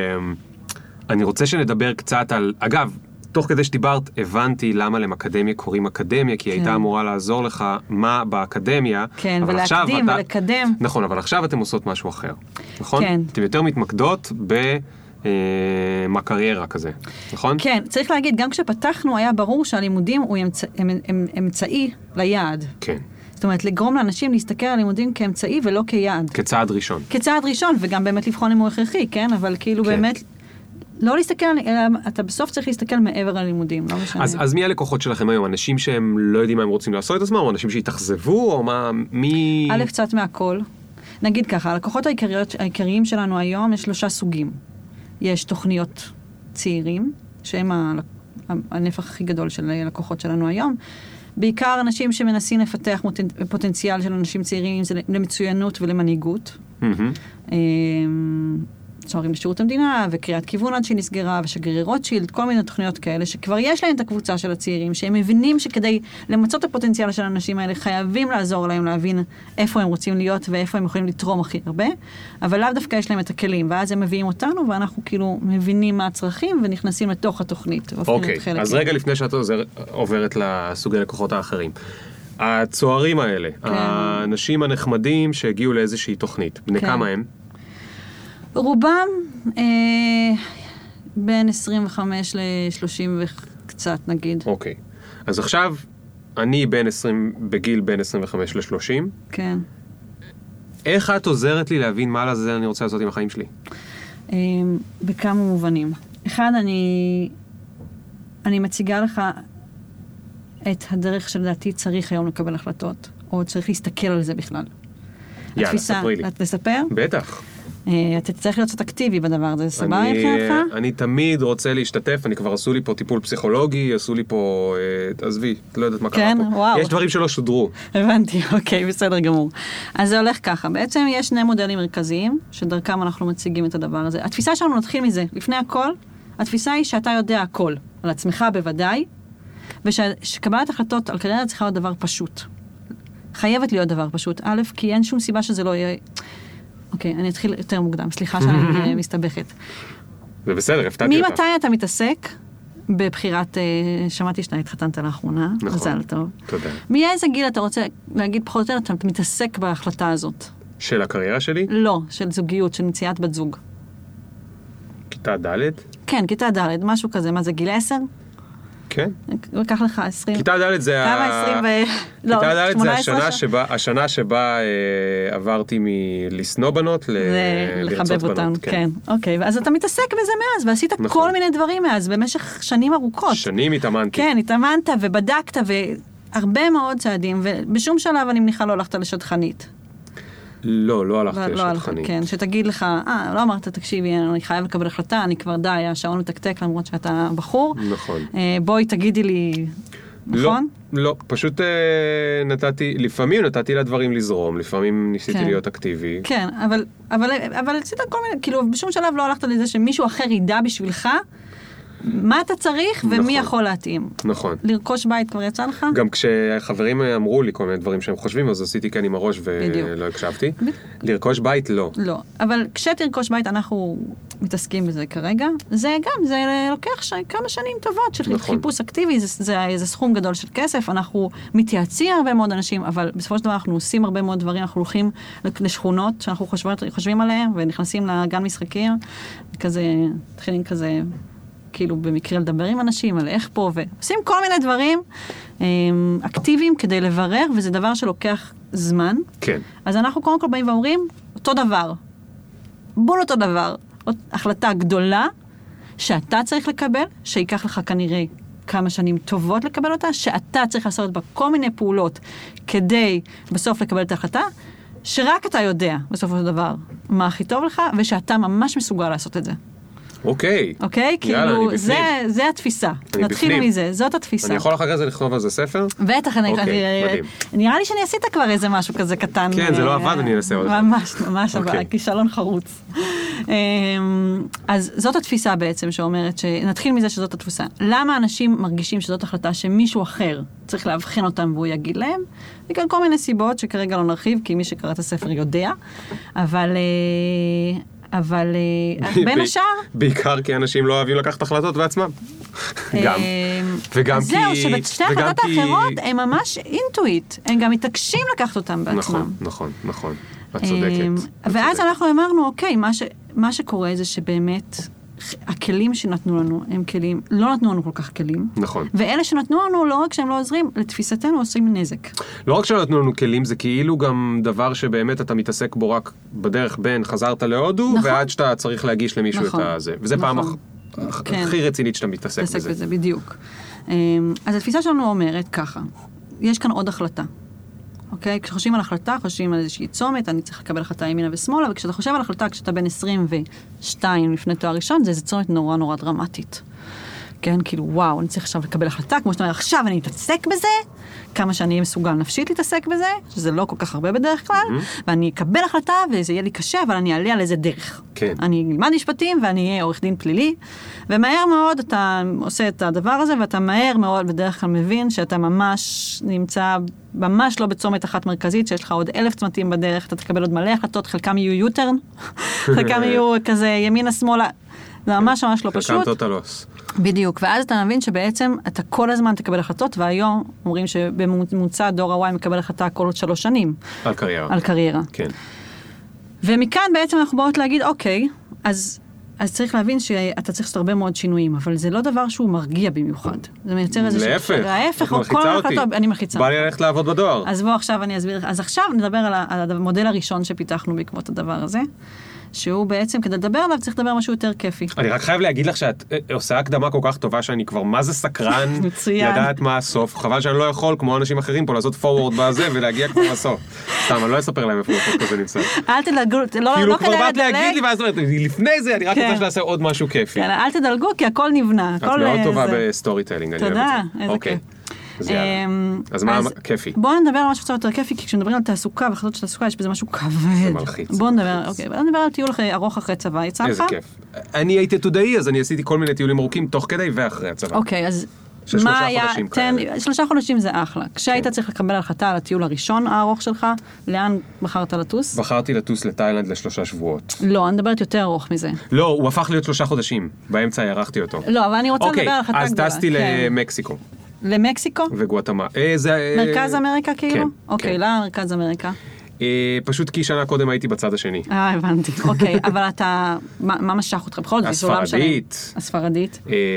אני רוצה שנדבר קצת על, אגב, תוך כדי שדיברת, הבנתי למה למקדמיה קוראים אקדמיה, כי היא כן. הייתה אמורה לעזור לך מה באקדמיה. כן, ולהקדים אתה... ולקדם. נכון, אבל עכשיו אתם עושות משהו אחר, נכון? כן. אתם יותר מתמקדות ב... מה קריירה כזה, נכון? כן, צריך להגיד, גם כשפתחנו היה ברור שהלימודים הוא אמצע, הם, הם, אמצעי ליעד. כן. זאת זאת אומרת, לגרום לאנשים להסתכל על לימודים כאמצעי ולא כיעד. כצעד ראשון. כצעד ראשון, וגם באמת לבחון אם הוא הכרחי, כן? אבל כאילו כן. באמת, לא להסתכל, אלא אתה בסוף צריך להסתכל מעבר על לימודים, לא משנה. אז, אז מי הלקוחות שלכם היום? אנשים שהם לא יודעים מה הם רוצים לעשות את עצמם, או אנשים שהתאכזבו, או מה, מי... א', קצת מהכל. נגיד ככה, הלקוחות העיקריות, העיקריים שלנו היום יש שלושה סוגים. יש תוכניות צעירים, שהם ה, הנפח הכי גדול של הלקוחות שלנו היום. בעיקר אנשים שמנסים לפתח פוטנציאל של אנשים צעירים למצוינות ולמנהיגות. Mm-hmm. צוערים לשירות המדינה, וקריאת כיוון עד שהיא נסגרה, ושגרירי רוטשילד, כל מיני תוכניות כאלה, שכבר יש להם את הקבוצה של הצעירים, שהם מבינים שכדי למצות את הפוטנציאל של האנשים האלה, חייבים לעזור להם להבין איפה הם רוצים להיות, ואיפה הם יכולים לתרום הכי הרבה, אבל לאו דווקא יש להם את הכלים, ואז הם מביאים אותנו, ואנחנו כאילו מבינים מה הצרכים, ונכנסים לתוך התוכנית. אוקיי, אז רגע לפני שאת עוברת לסוגי לקוחות האחרים. הצוערים האלה, האנשים הנחמדים שהגיעו לאיזושהי תוכנית, בני כמה הם? רובם אה, בין עשרים וחמש ל-שלושים וקצת נגיד. אוקיי. אז עכשיו, אני בין עשרים, בגיל בין עשרים וחמש ל-שלושים. כן. איך את עוזרת לי להבין מה לזה אני רוצה לעשות עם החיים שלי? אה, בכמה מובנים. אחד, אני, אני מציגה לך את הדרך שלדעתי צריך היום לקבל החלטות, או צריך להסתכל על זה בכלל. יאללה, התפיסה, ספרי לי. את לספר? בטח. אתה צריך להיות קצת אקטיבי בדבר הזה, סבבה לך? אני תמיד רוצה להשתתף, אני כבר עשו לי פה טיפול פסיכולוגי, עשו לי פה, עזבי, לא יודעת מה קרה פה. כן, וואו. יש דברים שלא שודרו. הבנתי, אוקיי, בסדר גמור. אז זה הולך ככה, בעצם יש שני מודלים מרכזיים, שדרכם אנחנו מציגים את הדבר הזה. התפיסה שלנו נתחיל מזה, לפני הכל, התפיסה היא שאתה יודע הכל, על עצמך בוודאי, ושקבלת החלטות על קריירה צריכה להיות דבר פשוט. חייבת להיות דבר פשוט. א', כי אין שום סיבה שזה לא יהיה... אוקיי, אני אתחיל יותר מוקדם, סליחה שאני מסתבכת. זה בסדר, הפתעתי אותך. ממתי אתה מתעסק בבחירת, שמעתי שאתה התחתנת לאחרונה, מזל טוב. תודה. מאיזה גיל אתה רוצה להגיד פחות או יותר, אתה מתעסק בהחלטה הזאת? של הקריירה שלי? לא, של זוגיות, של מציאת בת זוג. כיתה ד'? כן, כיתה ד', משהו כזה, מה זה, גיל עשר? כן. לקח לך עשרים. כיתה ד' זה ה... כמה עשרים ו... לא, כיתה ד' זה השנה ש... שבה, השנה שבה אה, עברתי מלסנוע בנות ל... לחבב אותם, כן. כן. אוקיי, אז אתה מתעסק בזה מאז, ועשית נכון. כל מיני דברים מאז, במשך שנים ארוכות. שנים התאמנתי. כן, התאמנת ובדקת, והרבה מאוד צעדים, ובשום שלב אני מניחה לא הלכת לשדכנית. לא, לא הלכתי לא, לשדכנית. לא כן, שתגיד לך, אה, לא אמרת, תקשיבי, אני חייב לקבל החלטה, אני כבר די, השעון מתקתק, למרות שאתה בחור. נכון. אה, בואי תגידי לי, נכון? לא, לא, פשוט אה, נתתי, לפעמים נתתי לדברים לזרום, לפעמים ניסיתי כן. להיות אקטיבי. כן, אבל, אבל, אבל עשית כל מיני, כאילו, בשום שלב לא הלכת לזה שמישהו אחר ידע בשבילך, מה אתה צריך ומי נכון. יכול להתאים. נכון. לרכוש בית כבר יצא לך? גם כשחברים אמרו לי כל מיני דברים שהם חושבים, אז עשיתי כן עם הראש ולא הקשבתי. ב... לרכוש בית לא. לא, אבל כשתרכוש בית אנחנו מתעסקים בזה כרגע, זה גם, זה לוקח ש... כמה שנים טובות של נכון. חיפוש אקטיבי, זה, זה, זה סכום גדול של כסף, אנחנו מתייעצים הרבה מאוד אנשים, אבל בסופו של דבר אנחנו עושים הרבה מאוד דברים, אנחנו הולכים לשכונות שאנחנו חושבים, חושבים עליהם, ונכנסים לגן משחקים, כזה, תחילים כזה... כאילו במקרה לדבר עם אנשים על איך פה, ועושים כל מיני דברים אקטיביים כדי לברר, וזה דבר שלוקח זמן. כן. אז אנחנו קודם כל באים ואומרים, אותו דבר. בול אותו דבר. החלטה גדולה, שאתה צריך לקבל, שיקח לך כנראה כמה שנים טובות לקבל אותה, שאתה צריך לעשות בה כל מיני פעולות, כדי בסוף לקבל את ההחלטה, שרק אתה יודע, בסופו של דבר, מה הכי טוב לך, ושאתה ממש מסוגל לעשות את זה. אוקיי. אוקיי? כאילו, זה, זה התפיסה. נתחיל מזה, זאת התפיסה. אני יכול אחרי זה לכתוב על זה ספר? בטח, אני... נראה לי שאני עשית כבר איזה משהו כזה קטן. כן, זה לא עבד, אני אנסה עוד. ממש, ממש עבד, כישלון חרוץ. אז זאת התפיסה בעצם שאומרת, שנתחיל מזה שזאת התפיסה. למה אנשים מרגישים שזאת החלטה שמישהו אחר צריך להבחין אותם והוא יגיד להם? בגלל כל מיני סיבות שכרגע לא נרחיב, כי מי שקרא את הספר יודע. אבל... אבל בין השאר... בעיקר כי אנשים לא אוהבים לקחת החלטות בעצמם. גם. וגם כי... זהו, שבשתי החלטות האחרות הם ממש אינטואיט. הם גם מתעקשים לקחת אותם בעצמם. נכון, נכון, נכון. את צודקת. ואז אנחנו אמרנו, אוקיי, מה שקורה זה שבאמת הכלים שנתנו לנו הם כלים, לא נתנו לנו כל כך כלים. נכון. ואלה שנתנו לנו, לא רק שהם לא עוזרים, לתפיסתנו עושים נזק. לא רק שנתנו לנו כלים, זה כאילו גם דבר שבאמת אתה מתעסק בו רק בדרך בין חזרת להודו, נכון. ועד שאתה צריך להגיש למישהו נכון. את הזה. וזה נכון. פעם הכ... כן. הכי רצינית שאתה מתעסק בזה. מתעסק בזה, בדיוק. אז התפיסה שלנו אומרת ככה, יש כאן עוד החלטה. אוקיי? כשחושבים על החלטה, חושבים על איזושהי צומת, אני צריך לקבל החלטה ימינה ושמאלה, וכשאתה חושב על החלטה, כשאתה בין עשרים ושתיים לפני תואר ראשון, זה איזו צומת נורא נורא דרמטית. כן? כאילו, וואו, אני צריך עכשיו לקבל החלטה, כמו שאתה אומר, עכשיו אני אתעסק בזה, כמה שאני אהיה מסוגל נפשית להתעסק בזה, שזה לא כל כך הרבה בדרך כלל, mm-hmm. ואני אקבל החלטה, וזה יהיה לי קשה, אבל אני אעלה על איזה דרך. כן. אני אלמד משפטים, ואני אהיה עורך דין פלילי, ומהר מאוד אתה עושה את הדבר הזה, ואתה מהר מאוד בדרך כלל מבין שאתה ממש נמצא, ממש לא בצומת אחת מרכזית, שיש לך עוד אלף צמתים בדרך, אתה תקבל עוד מלא החלטות, חלקם יהיו יוטרן, חלקם יהיו כזה ימינה שמאלה, זה ממש ממש לא פשוט. חלקם טוטלוס. בדיוק, ואז אתה מבין שבעצם אתה כל הזמן תקבל החלטות, והיום אומרים שבממוצע דור ה-Y מקבל החלטה כל עוד שלוש שנים. על קריירה. על קריירה. כן. ומכאן בעצם אנחנו באות להגיד, אוקיי, אז, אז צריך להבין שאתה צריך לעשות הרבה מאוד שינויים, אבל זה לא דבר שהוא מרגיע במיוחד. זה מייצר איזה... להפך. להפך, או כל החלטות, אני מלחיצה. בא לי ללכת לעבוד בדואר. אז בוא עכשיו אני אסביר, אז עכשיו נדבר על, ה, על המודל הראשון שפיתחנו בעקבות הדבר הזה. שהוא בעצם, כדי לדבר עליו, צריך לדבר משהו יותר כיפי. אני רק חייב להגיד לך שאת עושה הקדמה כל כך טובה, שאני כבר מה זה סקרן לדעת מה הסוף. חבל שאני לא יכול, כמו אנשים אחרים פה, לעשות פורוורד בזה ולהגיע כבר לסוף. סתם, אני לא אספר להם איפה הפודקאסט הזה נמצא. אל תדלגו, לא כדאי לדלג. כאילו כבר באת להגיד לי, ואז אומרת, לפני זה אני רק רוצה שנעשה עוד משהו כיפי. כן, אל תדלגו, כי הכל נבנה. את מאוד טובה בסטורי טיילינג, אני אוהב את זה. תודה, איזה כיף. אז מה כיפי? בואו נדבר על משהו קצת יותר כיפי, כי כשמדברים על תעסוקה והחלטות של תעסוקה, יש בזה משהו כבד. זה מלחיץ. בואו נדבר, אוקיי, בואו נדבר על טיול ארוך אחרי צבא, יצא לך? איזה כיף. אני הייתי עתודאי, אז אני עשיתי כל מיני טיולים ארוכים תוך כדי ואחרי הצבא. אוקיי, אז מה היה, תן, שלושה חודשים זה אחלה. כשהיית צריך לקבל החלטה על הטיול הראשון הארוך שלך, לאן בחרת לטוס? בחרתי לטוס לתאילנד לשלושה שבועות. לא, אני מדברת יותר ארוך מזה. לא, הוא הפך להיות שלושה חודשים. באמצע הערכתי אותו. לא, אבל אני רוצה לדבר על החלטה גדולה. אז טסתי למקסיקו. למקסיקו? וגואטמלה. מרכז אמריקה כאילו? כן. אוקיי, למה מרכז אמריקה? פשוט כי שנה קודם הייתי בצד השני. אה, הבנתי. אוקיי, אבל אתה, מה משך אותך? בכל זאת, הספרדית. הספרדית.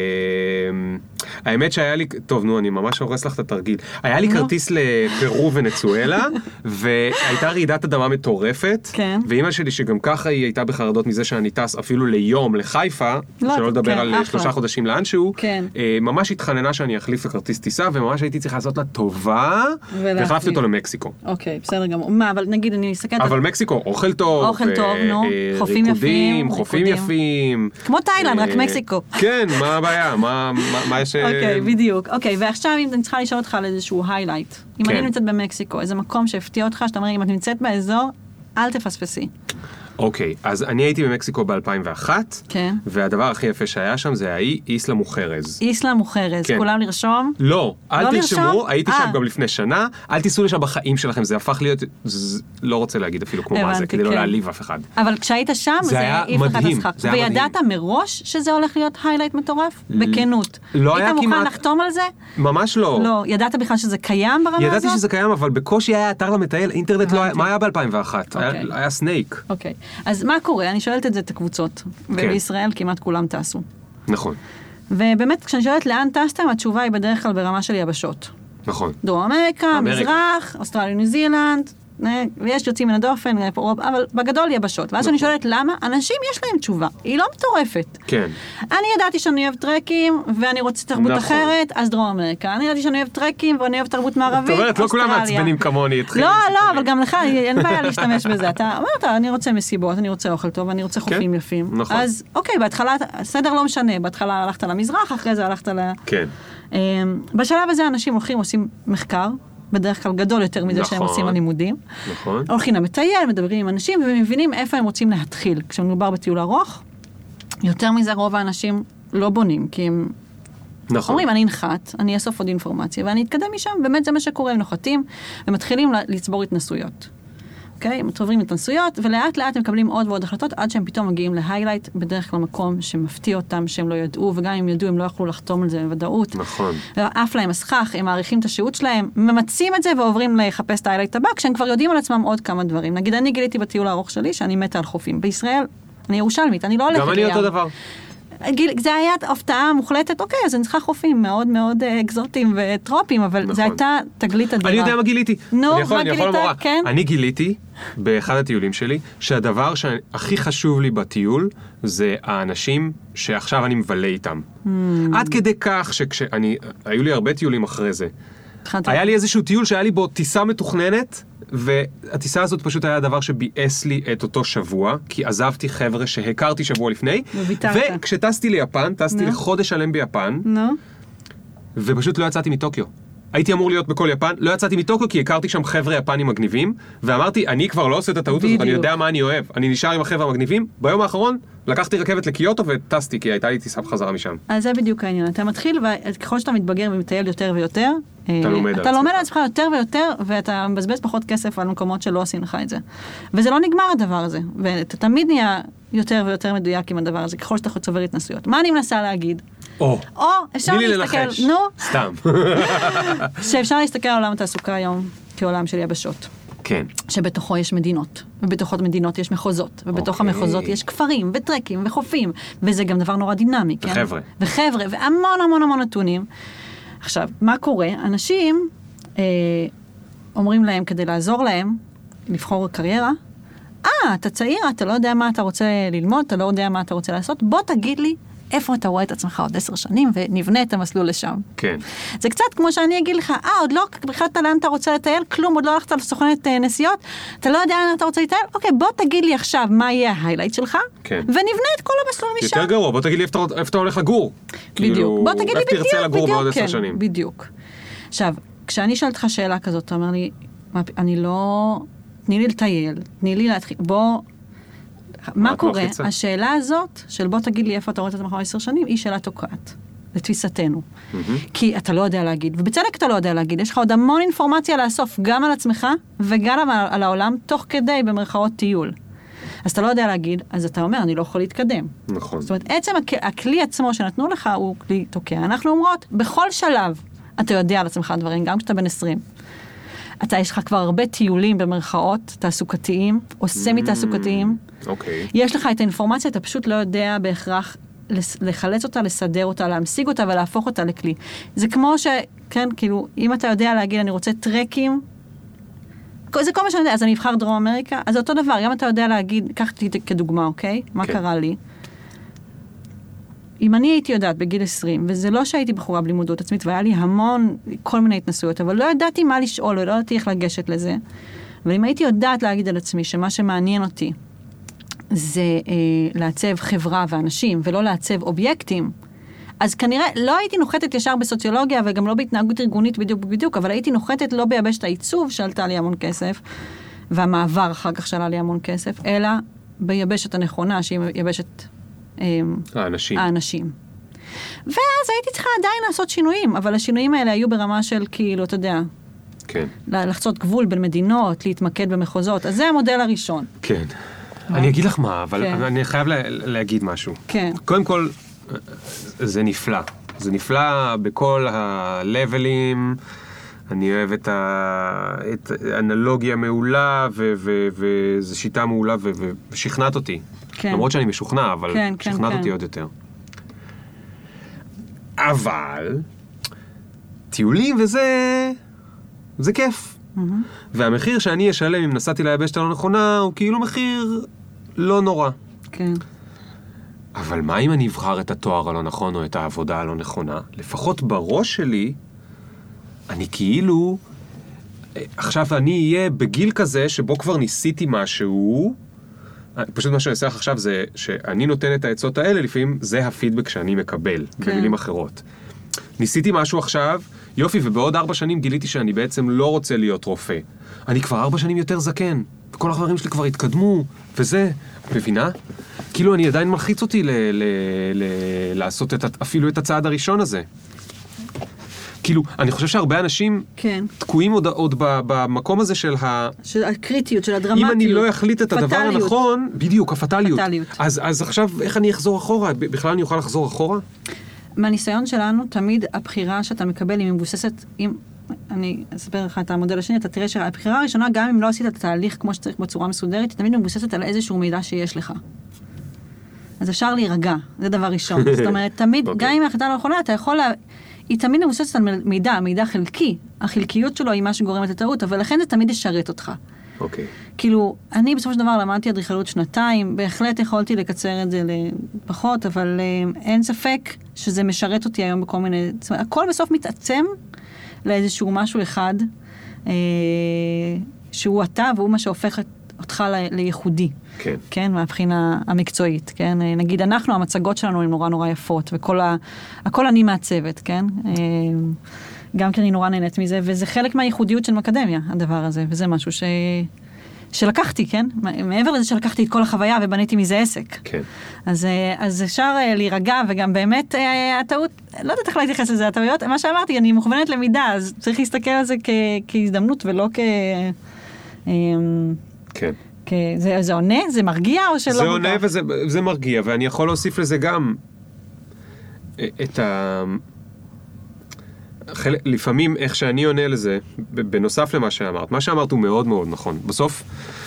האמת שהיה לי, טוב, נו, אני ממש הורס לך את התרגיל. היה לי כרטיס לפרו ונצואלה, והייתה רעידת אדמה מטורפת, ואימא שלי שגם ככה היא הייתה בחרדות מזה שאני טס אפילו ליום לחיפה, שלא לדבר על שלושה חודשים לאנשהו, ממש התחננה שאני אחליף לכרטיס טיסה, וממש הייתי צריך לעשות לה טובה, והחלפתי אותו למקסיקו. אוקיי, בסדר גמור. מה, אבל נגיד אני אסתכלת... אבל מקסיקו, אוכל טוב, אוכל טוב, נו, חופים יפים, חופים יפים. כמו תאילנד, רק מקסיקו. כן, מה הבעיה? מה יש... אוקיי, בדיוק. אוקיי, ועכשיו אם אני צריכה לשאול אותך על איזשהו highlight. אם אני נמצאת במקסיקו, איזה מקום שהפתיע אותך, שאתה אומר, אם את נמצאת באזור, אל תפספסי. אוקיי, אז אני הייתי במקסיקו ב-אלפיים ואחת, כן. והדבר הכי יפה שהיה שם זה האי איסלה מוחרז. איסלה מוחרז, כן. כולם לרשום? לא, אל תרשמו, הייתי שם גם לפני שנה, אל תיסעו לשם בחיים שלכם, זה הפך להיות, זה, לא רוצה להגיד אפילו כמו מה זה, כדי כן. לא להעליב אף אחד. אבל כשהיית שם, זה, זה היה מדהים, זה היה מדהים. וידעת מראש שזה הולך להיות highlight מטורף? בכנות. לא היה כמעט... היית מוכן לחתום על זה? ממש לא. לא, ידעת בכלל שזה קיים ברמה הזאת? ידעתי שזה קיים, אבל בקושי היה אתר למטייל, אינטרנט לא היה, מה היה ב-אלפיים ואחת? היה סנייק. אוקיי. אז מה קורה? אני שואלת את זה את הקבוצות, ובישראל כמעט כולם טסו. נכון. ובאמת, כשאני שואלת לאן טסתם, התשובה היא בדרך כלל ברמה של יבשות. נכון. דרום אמריקה, מזרח, אוסטרליה, ניו זילנד, ויש יוצאים מן הדופן, אבל בגדול יבשות. ואז אני שואלת למה, אנשים יש להם תשובה. היא לא מטורפת. כן. אני ידעתי שאני אוהב טרקים, ואני רוצה תרבות אחרת, אז דרום אמריקה. אני ידעתי שאני אוהב טרקים, ואני אוהב תרבות מערבית, אוסטרליה. זאת אומרת, לא כולם מעצבנים כמוני. לא, לא, אבל גם לך, אין בעיה להשתמש בזה. אתה אמרת, אני רוצה מסיבות, אני רוצה אוכל טוב, אני רוצה חופים יפים. אז אוקיי, בהתחלה, סדר לא משנה. בהתחלה הלכת למזרח, אחרי זה הלכת ל... כן. בשלב הזה אנשים הולכים, עושים מחקר, בדרך כלל גדול יותר מזה שהם עושים הלימודים. נכון. הולכים למטייל, מדברים עם אנשים, ומבינים איפה הם רוצים להתחיל. כשמדובר בטיול ארוך, יותר מזה רוב האנשים לא בונים, כי הם נכון. אומרים, אני אנחת, אני אאסוף עוד אינפורמציה, ואני אתקדם משם, באמת זה מה שקורה, הם נוחתים, ומתחילים לצבור התנסויות. אוקיי? הם עוברים התנסויות, ולאט לאט הם מקבלים עוד ועוד החלטות, עד שהם פתאום מגיעים להיילייט, בדרך כלל מקום שמפתיע אותם, שהם לא ידעו, וגם אם ידעו, הם לא יכלו לחתום על זה בוודאות. נכון. ואף להם הסכך, הם מעריכים את השהות שלהם, ממצים את זה ועוברים לחפש את ההיילייט הבא, כשהם כבר יודעים על עצמם עוד כמה דברים. נגיד, אני גיליתי בטיול הארוך שלי, שאני מתה על חופים. בישראל, אני ירושלמית, אני לא הולכת לים. גם אני אותו דבר. זה היה הפתעה מוחלטת, אוקיי, אז אני צריכה חופים מאוד מאוד אקזוטיים וטרופיים, אבל זה הייתה תגלית אדירה. אני יודע מה גיליתי. נו, מה גילית? כן. אני גיליתי, באחד הטיולים שלי, שהדבר שהכי חשוב לי בטיול, זה האנשים שעכשיו אני מבלה איתם. עד כדי כך שכשאני, היו לי הרבה טיולים אחרי זה. היה לי איזשהו טיול שהיה לי בו טיסה מתוכננת, והטיסה הזאת פשוט היה הדבר שביאס לי את אותו שבוע, כי עזבתי חבר'ה שהכרתי שבוע לפני, וכשטסתי ליפן, טסתי לחודש שלם ביפן, ופשוט לא יצאתי מטוקיו. הייתי אמור להיות בכל יפן, לא יצאתי מטוקיו כי הכרתי שם חבר'ה יפנים מגניבים, ואמרתי, אני כבר לא עושה את הטעות הזאת, אני יודע מה אני אוהב, אני נשאר עם החבר'ה המגניבים. ביום האחרון לקחתי רכבת לקיוטו וטסתי, כי הייתה לי טיסה בחזרה משם. אז זה בדיוק העניין, אתה מתחיל, וככל שאתה מתבגר ומטייל יותר ויותר, אתה לומד אתה לומד על עצמך יותר ויותר, ואתה מבזבז פחות כסף על מקומות שלא עושים לך את זה. וזה לא נגמר הדבר הזה, ואתה תמיד נהיה יותר ויותר מדויק עם הדבר הזה, ככל שאתה צובר התנסויות. מה אני מנסה להגיד? או, או, אפשר להסתכל, נו, סתם. שאפשר להסתכל על עולם התעסוקה היום כעולם של יבשות. כן. שבתוכו יש מדינות, ובתוכות מדינות יש מחוזות, ובתוך okay. המחוזות יש כפרים, וטרקים, וחופים, וזה גם דבר נורא דינמי, כן? וחבר'ה. וחבר'ה, והמון המון המון נתונים. עכשיו, מה קורה? אנשים אה, אומרים להם, כדי לעזור להם, לבחור קריירה, אה, אתה צעיר, אתה לא יודע מה אתה רוצה ללמוד, אתה לא יודע מה אתה רוצה לעשות, בוא תגיד לי, איפה אתה רואה את עצמך עוד עשר שנים, ונבנה את המסלול לשם. כן. זה קצת כמו שאני אגיד לך, אה, עוד לא, בכלל לאן אתה רוצה לטייל, כלום, עוד לא הלכת לסוכנת נסיעות, אתה לא יודע לאן אתה רוצה לטייל, אוקיי, בוא תגיד לי עכשיו מה יהיה ההיילייט שלך, כן. ונבנה את כל המסלול משם. יותר גרוע, בוא תגיד לי איפה אתה הולך לגור. בדיוק. בוא תגיד לי בדיוק, איפה תרצה לגור בעוד עשר שנים. בדיוק. עכשיו, כשאני שואלת לך שאלה כזאת, אתה אומר לי, אני לא, תני לי לטייל, תני לי להתחיל, בוא, מה קורה? השאלה הזאת, של בוא תגיד לי איפה אתה רואה את עצמך עשר שנים, היא שאלה תוקעת, לתפיסתנו. כי אתה לא יודע להגיד, ובצדק אתה לא יודע להגיד, יש לך עוד המון אינפורמציה לאסוף, גם על עצמך, וגם על העולם, תוך כדי במרכאות טיול. אז אתה לא יודע להגיד, אז אתה אומר, אני לא יכול להתקדם. נכון. זאת אומרת, עצם הכלי עצמו שנתנו לך, הוא כלי תוקע. אנחנו אומרות, בכל שלב, אתה יודע על עצמך דברים, גם כשאתה בן עשרים. אתה, יש לך כבר הרבה טיולים במרכאות, תעסוקתיים, או סמי-תעסוקתיים. אוקיי. יש לך את האינפורמציה, אתה פשוט לא יודע בהכרח לחלץ אותה, לסדר אותה, להמשיג אותה ולהפוך אותה לכלי. זה כמו ש, כן, כאילו, אם אתה יודע להגיד, אני רוצה טרקים, זה כל מה שאני יודע, אז אני אבחר דרום אמריקה, אז זה אותו דבר, גם אתה יודע להגיד, קח אותי כדוגמה, אוקיי? מה קרה לי? אם אני הייתי יודעת בגיל עשרים, וזה לא שהייתי בחורה בלי מודעות עצמית, והיה לי המון, כל מיני התנסויות, אבל לא ידעתי מה לשאול, ולא ידעתי איך לגשת לזה. אבל אם הייתי יודעת להגיד על עצמי, שמה שמעניין אותי, זה אה, לעצב חברה ואנשים, ולא לעצב אובייקטים, אז כנראה לא הייתי נוחתת ישר בסוציולוגיה, וגם לא בהתנהגות ארגונית בדיוק בדיוק, אבל הייתי נוחתת לא ביבשת העיצוב, שעלתה לי המון כסף, והמעבר אחר כך שעלה לי המון כסף, אלא ביבשת הנכונה, שהיא יבשת האנשים. האנשים. ואז הייתי צריכה עדיין לעשות שינויים, אבל השינויים האלה היו ברמה של כאילו, אתה יודע, כן. לחצות גבול בין מדינות, להתמקד במחוזות, אז זה המודל הראשון. כן. אני אגיד לך מה, אבל אני חייב להגיד משהו. כן. קודם כל, זה נפלא. זה נפלא בכל הלבלים, אני אוהב את האנלוגיה מעולה, וזו שיטה מעולה, ושכנעת אותי. כן. למרות שאני משוכנע, אבל כן, שכנעת כן, אותי כן. עוד יותר. אבל, טיולים וזה, זה כיף. Mm-hmm. והמחיר שאני אשלם אם נסעתי ליבשת הלא נכונה, הוא כאילו מחיר לא נורא. כן. אבל מה אם אני אבחר את התואר הלא נכון, או את העבודה הלא נכונה? לפחות בראש שלי, אני כאילו, עכשיו אני אהיה בגיל כזה, שבו כבר ניסיתי משהו, פשוט מה שאני אעשה עכשיו זה שאני נותן את העצות האלה, לפעמים זה הפידבק שאני מקבל, כן. במילים אחרות. ניסיתי משהו עכשיו, יופי, ובעוד ארבע שנים גיליתי שאני בעצם לא רוצה להיות רופא. אני כבר ארבע שנים יותר זקן, וכל החברים שלי כבר התקדמו, וזה, את מבינה? כאילו אני עדיין מלחיץ אותי ל- ל- ל- לעשות את, אפילו את הצעד הראשון הזה. כאילו, אני חושב שהרבה אנשים כן. תקועים עוד, עוד במקום הזה של ה... של הקריטיות, של הדרמטיות. אם אני לא אחליט את הדבר פטליות. הנכון, בדיוק, הפטליות. פטליות. אז, אז עכשיו, איך אני אחזור אחורה? בכלל אני אוכל לחזור אחורה? מהניסיון שלנו, תמיד הבחירה שאתה מקבל היא מבוססת, אם אני אספר לך את המודל השני, אתה תראה שהבחירה הראשונה, גם אם לא עשית את התהליך כמו שצריך בצורה מסודרת, היא תמיד מבוססת על איזשהו מידע שיש לך. אז אפשר להירגע, זה דבר ראשון. זאת אומרת, תמיד, גם אם ההחלטה לא נכונה, אתה יכול לה... היא תמיד מבוססת על מידע, מידע חלקי. החלקיות שלו היא מה שגורמת לטעות, אבל לכן זה תמיד ישרת אותך. אוקיי. כאילו, אני בסופו של דבר למדתי אדריכלות שנתיים, בהחלט יכולתי לקצר את זה לפחות, אבל אין ספק שזה משרת אותי היום בכל מיני... זאת אומרת, הכל בסוף מתעצם לאיזשהו משהו אחד, שהוא אתה, והוא מה שהופך אותך לייחודי. כן. כן, מהבחינה המקצועית, כן? נגיד, אנחנו, המצגות שלנו הן נורא נורא יפות, וכל ה... הכל אני מעצבת, כן? גם כי אני נורא נהנית מזה, וזה חלק מהייחודיות של מקדמיה, הדבר הזה, וזה משהו ש... שלקחתי, כן? מעבר לזה שלקחתי את כל החוויה ובניתי מזה עסק. כן. אז, אז אפשר להירגע, וגם באמת הטעות, לא יודעת איך להתייחס לזה, הטעויות, מה שאמרתי, אני מוכוונת למידה, אז צריך להסתכל על זה כ... כהזדמנות ולא כ... כן. זה, זה עונה? זה מרגיע או שלא? זה עונה וזה זה מרגיע, ואני יכול להוסיף לזה גם את ה... חלק, לפעמים איך שאני עונה לזה, בנוסף למה שאמרת, מה שאמרת הוא מאוד מאוד נכון. בסוף,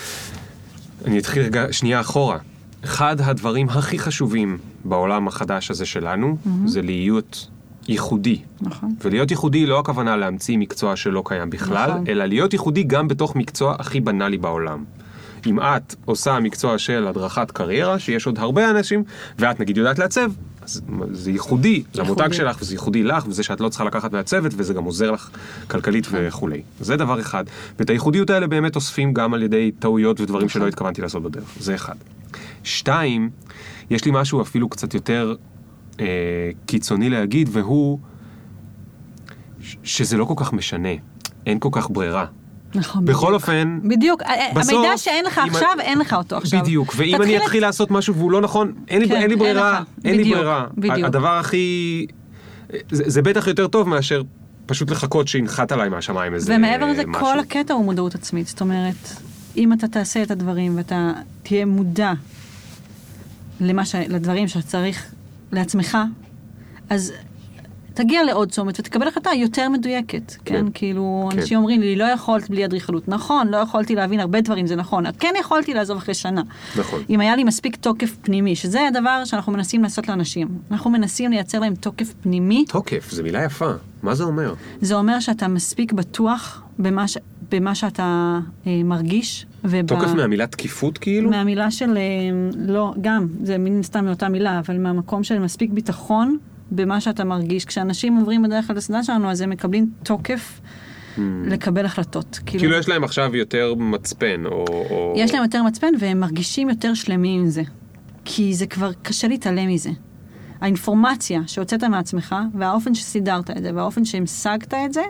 אני אתחיל רגע שנייה אחורה. אחד הדברים הכי חשובים בעולם החדש הזה שלנו, mm-hmm. זה להיות ייחודי. נכון. ולהיות ייחודי לא הכוונה להמציא מקצוע שלא קיים בכלל, נכון. אלא להיות ייחודי גם בתוך מקצוע הכי בנאלי בעולם. אם את עושה מקצוע של הדרכת קריירה, שיש עוד הרבה אנשים, ואת נגיד יודעת לעצב, אז זה ייחודי, זה המותג שלך, וזה ייחודי לך, וזה שאת לא צריכה לקחת מהצוות, וזה גם עוזר לך כלכלית וכו'. זה דבר אחד. ואת הייחודיות האלה באמת אוספים גם על ידי טעויות ודברים שלא התכוונתי לעשות בדרך. זה אחד. שתיים, יש לי משהו אפילו קצת יותר אה, קיצוני להגיד, והוא שזה לא כל כך משנה. אין כל כך ברירה. נכון, בכל בדיוק. אופן, בדיוק, בסוף, המידע שאין לך עכשיו, אני... אין לך אותו עכשיו. בדיוק, ואם אני אתחיל את... לעשות משהו והוא לא נכון, אין לי, כן, אין לי ברירה, אין, אין בדיוק, לי ברירה. בדיוק. הדבר הכי, זה, זה בטח יותר טוב מאשר פשוט לחכות שינחת עליי מהשמיים איזה משהו. ומעבר לזה, כל הקטע הוא מודעות עצמית, זאת אומרת, אם אתה תעשה את הדברים ואתה תהיה מודע למה ש... לדברים שאתה צריך לעצמך, אז תגיע לעוד צומת ותקבל החלטה יותר מדויקת, כן? כן? כאילו, כן. אנשים אומרים לי, לא יכולת בלי אדריכלות. נכון, לא יכולתי להבין הרבה דברים, זה נכון. כן יכולתי לעזוב אחרי שנה. נכון. אם היה לי מספיק תוקף פנימי, שזה הדבר שאנחנו מנסים לעשות לאנשים. אנחנו מנסים לייצר להם תוקף פנימי. תוקף, זה מילה יפה. מה זה אומר? זה אומר שאתה מספיק בטוח במה, ש... במה שאתה אה, מרגיש. ובא... תוקף מהמילה תקיפות כאילו? מהמילה של, אה, לא, גם, זה מן סתם מאותה מילה, אבל מהמקום של מספיק ביטחון, במה שאתה מרגיש. כשאנשים עוברים בדרך כלל לסדנה שלנו, אז הם מקבלים תוקף hmm. לקבל החלטות. כאילו, כאילו יש להם עכשיו יותר מצפן, או, או... יש להם יותר מצפן, והם מרגישים יותר שלמים עם זה. כי זה כבר קשה להתעלם מזה. האינפורמציה שהוצאת מעצמך, והאופן שסידרת את זה, והאופן שהמשגת את זה,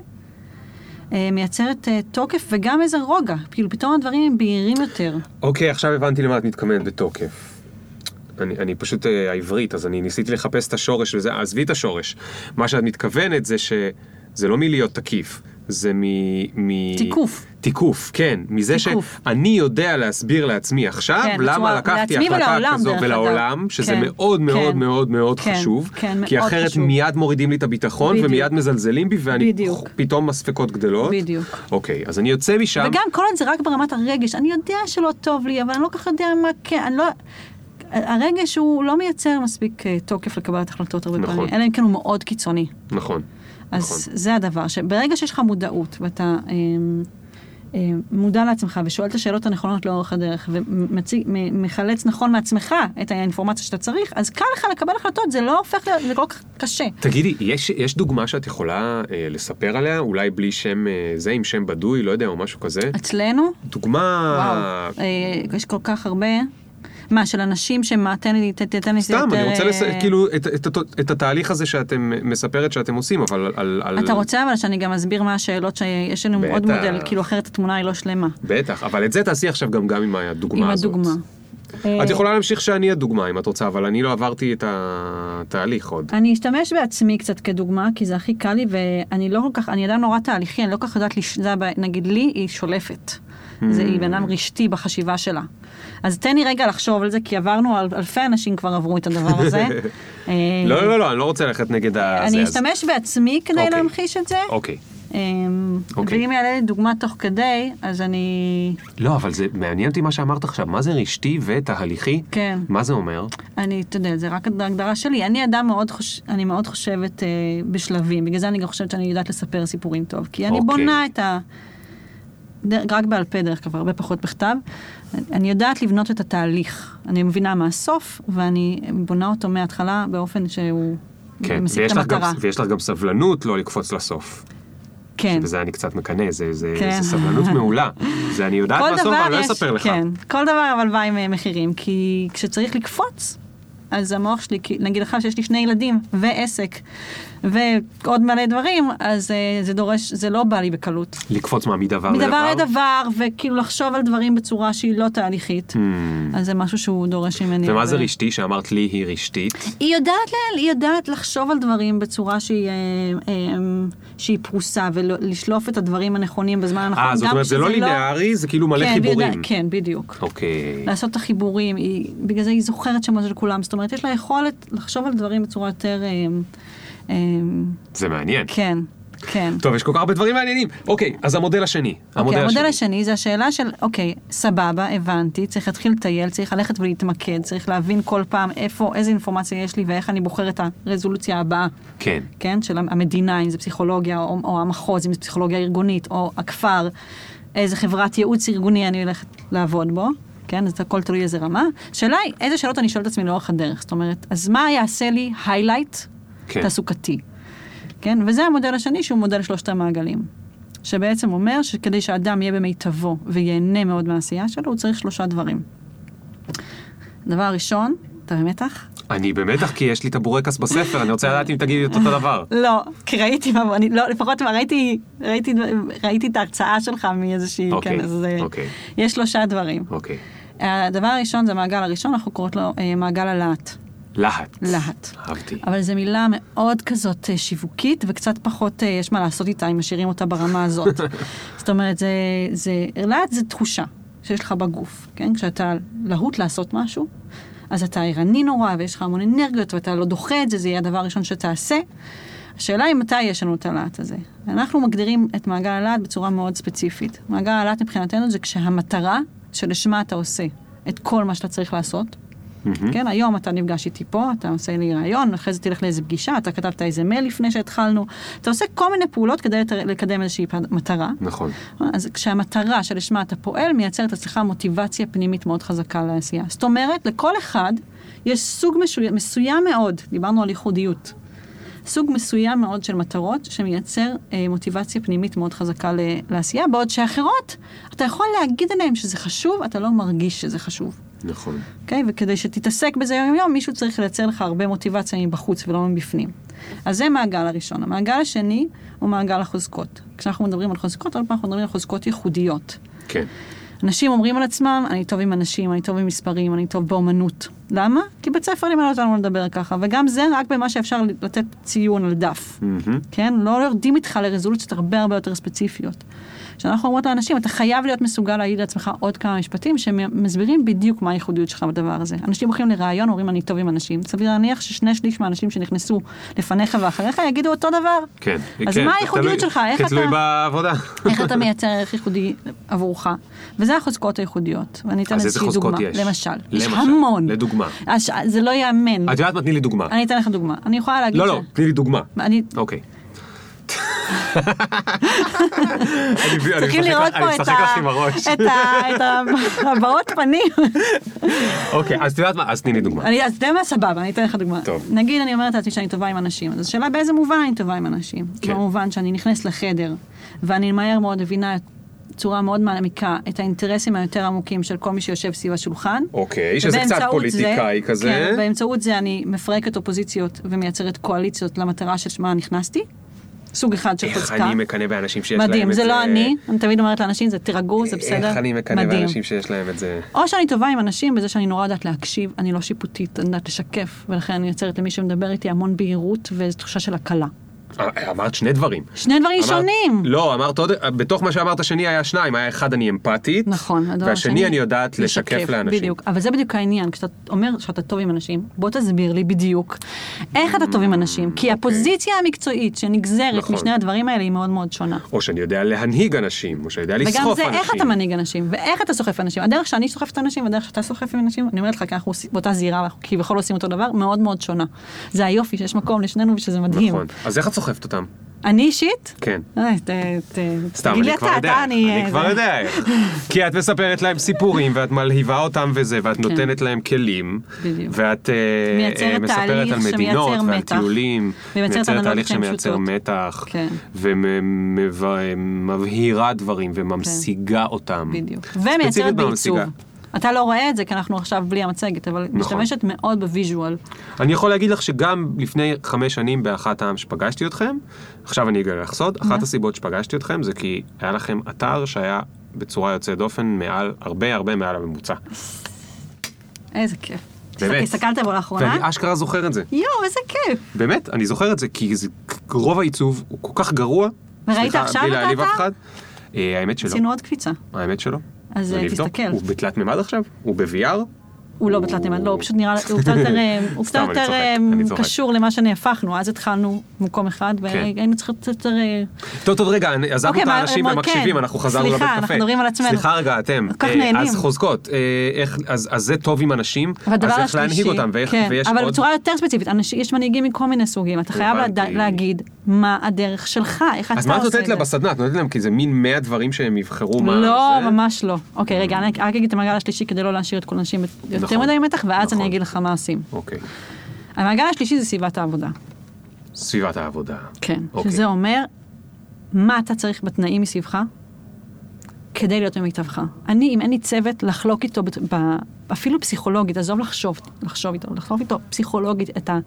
מייצרת תוקף, וגם איזה רוגע. כאילו, פתאום הדברים הם בהירים יותר. אוקיי, עכשיו הבנתי למה את מתכוונת בתוקף. אני, אני פשוט העברית, אז אני ניסיתי לחפש את השורש וזה, עזבי את השורש. מה שאת מתכוונת זה שזה לא מלהיות תקיף, זה מ... מ... תיקוף. תיקוף, כן. מזה תיקוף. שאני יודע להסביר לעצמי עכשיו, כן, למה בצורה, לקחתי החלטה כזו ולעולם, שזה כן, מאוד מאוד כן, מאוד מאוד כן, חשוב, כן, כי מאוד אחרת חשוב. מיד מורידים לי את הביטחון, בדיוק. ומיד מזלזלים בי, ואני בדיוק. פתאום מספקות גדלות. בדיוק. אוקיי, אז אני יוצא משם... וגם כל עוד זה רק ברמת הרגש, אני יודע שלא טוב לי, אבל אני לא כך יודע מה כן, אני לא... הרגש הוא לא מייצר מספיק תוקף לקבלת החלטות הרבה פעמים, נכון. אלא אם כן הוא מאוד קיצוני. נכון. אז נכון. זה הדבר, שברגע שיש לך מודעות, ואתה אה, אה, מודע לעצמך, ושואל את השאלות הנכונות לאורך הדרך, ומחלץ נכון מעצמך את האינפורמציה שאתה צריך, אז קל לך לקבל החלטות, זה לא הופך להיות, זה כל כך קשה. תגידי, יש, יש דוגמה שאת יכולה אה, לספר עליה, אולי בלי שם, אה, זה עם שם בדוי, לא יודע, או משהו כזה? אצלנו? דוגמה... וואו, אה, יש כל כך הרבה... מה, של אנשים שמה, תן לי, תן לי... סתם, אני רוצה לס... כאילו, את התהליך הזה שאתם מספרת שאתם עושים, אבל על... אתה רוצה, אבל שאני גם אסביר מה השאלות שיש לנו עוד מודל, כאילו אחרת התמונה היא לא שלמה. בטח, אבל את זה תעשי עכשיו גם גם עם הדוגמה הזאת. עם הדוגמה. את יכולה להמשיך שאני הדוגמה, אם את רוצה, אבל אני לא עברתי את התהליך עוד. אני אשתמש בעצמי קצת כדוגמה, כי זה הכי קל לי, ואני לא כל כך, אני עדיין נורא תהליכי, אני לא כל כך יודעת, נגיד לי, היא שולפת. זה היא בן אדם רשתי בחשיבה שלה. אז תן לי רגע לחשוב על זה, כי עברנו, אלפי אנשים כבר עברו את הדבר הזה. לא, לא, לא, אני לא רוצה ללכת נגד הזה. אני אשתמש בעצמי כדי להמחיש את זה. אוקיי. ואם יעלה לי דוגמה תוך כדי, אז אני... לא, אבל זה מעניין אותי מה שאמרת עכשיו. מה זה רשתי ותהליכי? כן. מה זה אומר? אני, אתה יודע, זה רק ההגדרה שלי. אני אדם מאוד, חוש... אני מאוד חושבת אה, בשלבים. בגלל זה אני גם חושבת שאני יודעת לספר סיפורים טוב. כי אני בונה את ה... רק בעל פה דרך כלל, הרבה פחות בכתב. אני יודעת לבנות את התהליך. אני מבינה מה הסוף, ואני בונה אותו מההתחלה באופן שהוא כן, משיג את המטרה. ויש לך גם סבלנות לא לקפוץ לסוף. כן. וזה אני קצת מקנה, זה, זה, כן. זה סבלנות מעולה. זה אני יודעת מה הסוף, אבל לא אספר לך. כן, כל דבר אבל בא עם מחירים, כי כשצריך לקפוץ, אז המוח שלי, נגיד לך שיש לי שני ילדים ועסק, ועוד מלא דברים, אז זה דורש, זה לא בא לי בקלות. לקפוץ מה, מדבר לדבר? מדבר לדבר, וכאילו לחשוב על דברים בצורה שהיא לא תהליכית. אז זה משהו שהוא דורש ממני. ומה זה רשתי? שאמרת לי היא רשתית? היא יודעת, היא יודעת לחשוב על דברים בצורה שהיא, שהיא פרוסה, ולשלוף את הדברים הנכונים בזמן הנכון. אה, זאת אומרת, זה לא לינארי, זה כאילו מלא חיבורים. כן, בדיוק. אוקיי. לעשות את החיבורים, בגלל זה היא זוכרת שמות של כולם. זאת אומרת, יש לה יכולת לחשוב על דברים בצורה יותר... זה מעניין. כן, כן. טוב, יש כל כך הרבה דברים מעניינים. אוקיי, אז המודל השני. אוקיי, המודל השני זה השאלה של, אוקיי, סבבה, הבנתי, צריך להתחיל לטייל, צריך ללכת ולהתמקד, צריך להבין כל פעם איפה, איזה אינפורמציה יש לי ואיך אני בוחר את הרזולוציה הבאה. כן. כן, של המדינה, אם זה פסיכולוגיה, או, או המחוז, אם זה פסיכולוגיה ארגונית, או הכפר, איזה חברת ייעוץ ארגוני אני הולכת לעבוד בו. כן, אז הכל תלוי איזה רמה. שאלה היא, איזה שאלות אני שואלת עצמי לאורך הדרך? זאת אומרת, אז מה יעשה לי highlight כן. תעסוקתי? כן, וזה המודל השני שהוא מודל שלושת המעגלים. שבעצם אומר שכדי שאדם יהיה במיטבו ויהנה מאוד מהעשייה שלו, הוא צריך שלושה דברים. דבר ראשון, אתה במתח? אני במתח כי יש לי את הבורקס בספר, אני רוצה לדעת אם תגידי את אותו דבר. לא, כי ראיתי, אני, לא, לפחות ראיתי, ראיתי, ראיתי את ההרצאה שלך מאיזושהי, אוקיי, כן, אז אוקיי. יש שלושה דברים. אוקיי. הדבר הראשון זה המעגל הראשון, אנחנו קוראות לו מעגל הלהט. להט. להט. אהבתי. אבל זו מילה מאוד כזאת שיווקית, וקצת פחות יש מה לעשות איתה, אם משאירים אותה ברמה הזאת. זאת אומרת, זה, זה, להט זה תחושה שיש לך בגוף, כן? כשאתה להוט לעשות משהו, אז אתה ערני נורא, ויש לך המון אנרגיות, ואתה לא דוחה את זה, זה יהיה הדבר הראשון שתעשה. השאלה היא מתי יש לנו את הלהט הזה. אנחנו מגדירים את מעגל הלהט בצורה מאוד ספציפית. מעגל הלהט מבחינתנו זה כשהמטרה שלשמה אתה עושה את כל מה שאתה צריך לעשות, כן, היום אתה נפגש איתי פה, אתה עושה לי רעיון, אחרי זה תלך לאיזה פגישה, אתה כתבת איזה מייל לפני שהתחלנו, אתה עושה כל מיני פעולות כדי לקדם איזושהי מטרה. נכון. אז כשהמטרה שלשמה אתה פועל, מייצרת אצלך מוטיבציה פנימית מאוד חזקה לעשייה. זאת אומרת, לכל אחד יש סוג מסוים מאוד, דיברנו על ייחודיות, סוג מסוים מאוד של מטרות שמייצר אה, מוטיבציה פנימית מאוד חזקה לעשייה, בעוד שאחרות, אתה יכול להגיד עליהם שזה חשוב, אתה לא מרגיש שזה חשוב. נכון. אוקיי? וכדי שתתעסק בזה יום יום, מישהו צריך לייצר לך הרבה מוטיבציה מבחוץ ולא מבפנים. אז זה מעגל הראשון. המעגל השני הוא מעגל החוזקות. כשאנחנו מדברים על חוזקות, הרבה פעמים אנחנו מדברים על חוזקות ייחודיות. כן. אנשים אומרים על עצמם, אני טוב עם אנשים, אני טוב עם מספרים, אני טוב באומנות. למה? כי בית ספר לימד אותנו לדבר ככה, וגם זה רק במה שאפשר לתת ציון על דף. Mm-hmm. כן? לא יורדים איתך לרזולוציות הרבה הרבה יותר ספציפיות. כשאנחנו אומרות לאנשים, אתה חייב להיות מסוגל להגיד לעצמך עוד כמה משפטים שמסבירים בדיוק מה הייחודיות שלך בדבר הזה. אנשים הולכים לרעיון, אומרים אני טוב עם אנשים. סביר להניח ששני שליש מהאנשים שנכנסו לפניך ואחריך יגידו אותו דבר. כן. אז כן, מה הייחודיות שלך? איך אתה... כתלוי בעבודה. איך אתה מייצר ערך ייחודי עבורך? וזה החוזקות הייחודיות. ואני אתן איזושהי דוגמה. יש? למשל. למשל. יש המון. לדוגמה. הש... זה לא יאמן. את יודעת מה? תני לי דוגמה. אני אתן לך דוגמה. אני יכולה להגיד לא, לא, תני לי דוגמה. אני... אוקיי. צריכים לראות פה את הבעות פנים. אוקיי, אז תדעת מה? אז תני לי דוגמה. אז תדע מה סבבה, אני אתן לך דוגמה. טוב. נגיד אני אומרת לעצמי שאני טובה עם אנשים, אז השאלה באיזה מובן אני טובה עם אנשים. במובן שאני נכנס לחדר, ואני מהר מאוד מבינה צורה מאוד מעמיקה את האינטרסים היותר עמוקים של כל מי שיושב סביב השולחן. אוקיי, שזה קצת פוליטיקאי כזה. כן, באמצעות זה אני מפרקת אופוזיציות ומייצרת קואליציות למטרה של שמה נכנסתי. סוג אחד של חוזקה. איך אני מקנה באנשים שיש להם את זה. מדהים, זה לא אני. אני תמיד אומרת לאנשים, זה תירגעו, זה בסדר. איך אני מקנה באנשים שיש להם את זה. או שאני טובה עם אנשים בזה שאני נורא יודעת להקשיב, אני לא שיפוטית, אני יודעת לשקף, ולכן אני יוצרת למי שמדבר איתי המון בהירות ותחושה של הקלה. אמרת שני דברים. שני דברים אמרת, שונים. לא, אמרת עוד, בתוך מה שאמרת השני היה שניים, היה אחד אני אמפתית, נכון, והשני אני יודעת לשקף לאנשים. בדיוק, אבל זה בדיוק העניין, כשאתה אומר שאתה טוב עם אנשים, בוא תסביר לי בדיוק איך אתה טוב עם אנשים, כי הפוזיציה המקצועית שנגזרת משני הדברים האלה היא מאוד מאוד שונה. או שאני יודע להנהיג אנשים, או שאני יודע לסחוף אנשים. וגם זה איך אתה מנהיג אנשים, ואיך אתה סוחף אנשים. הדרך שאני סוחפת אנשים, והדרך שאתה סוחף עם אנשים, אני אומרת לך, כי אנחנו באותה זירה, כי בכל עושים אותו דבר, מאוד מאוד שונה. זה היופי שיש מקום לשנינו ושזה מדהים. נכון. אז איך את סוחפת אותם? אני אישית? כן. סתם, אני כבר יודע, אני כבר יודע. כי את מספרת להם סיפורים, ואת מלהיבה אותם וזה, ואת נותנת להם כלים, ואת מספרת על מדינות ועל טיולים, מייצרת תהליך שמייצר מתח, ומבהירה דברים, וממשיגה אותם. בדיוק. ומייצרת בעיצוב. אתה לא רואה את זה, כי אנחנו עכשיו בלי המצגת, אבל משתמשת מאוד בוויז'ואל. אני יכול להגיד לך שגם לפני חמש שנים באחת העם שפגשתי אתכם, עכשיו אני אגלה לך סוד, אחת הסיבות שפגשתי אתכם זה כי היה לכם אתר שהיה בצורה יוצאת דופן מעל, הרבה הרבה מעל הממוצע. איזה כיף. באמת. הסתכלת בו לאחרונה? ואני אשכרה זוכר את זה. יואו, איזה כיף. באמת, אני זוכר את זה, כי רוב העיצוב הוא כל כך גרוע. וראית עכשיו את האתר? האמת שלא. עשינו עוד קפיצה. האמת שלא. אז תסתכל. הוא בתלת ממד עכשיו? הוא ב-וי אר? הוא לא בתלת ממד, לא, הוא פשוט נראה, הוא קצת יותר קשור למה שנהפכנו, אז התחלנו במקום אחד, והיינו צריכים יותר... טוב, טוב, רגע, עזבנו את האנשים ומקשיבים, אנחנו חזרנו לבית קפה. סליחה, אנחנו מדברים על עצמנו. סליחה רגע, אתם. אז חוזקות, אז זה טוב עם אנשים, אז איך להנהיג אותם, ויש עוד... אבל בצורה יותר ספציפית, יש מנהיגים מכל מיני סוגים, אתה חייב להגיד מה הדרך שלך, איך אתה עושה את זה. אז מה את נותנת לה בסדנה? את נותנת להם כי זה מין מאה דברים שהם יבחרו מה זה? לא, ממש לא. אוקיי, רגע, אני רק אגיד את המעגל השלישי כדי לא להשאיר את כל האנשים יותר מדי מתח, ואז אני אגיד לך מה עושים. אוקיי. המעגל השלישי זה סביבת העבודה. סביבת העבודה. כן. שזה אומר, מה אתה צריך בתנאים מסביבך, כדי להיות במיטבך. אני, אם אין לי צוות, לחלוק איתו, אפילו פסיכולוגית, עזוב לחשוב, לחשוב איתו, לחשוב איתו פסיכולוגית את ה...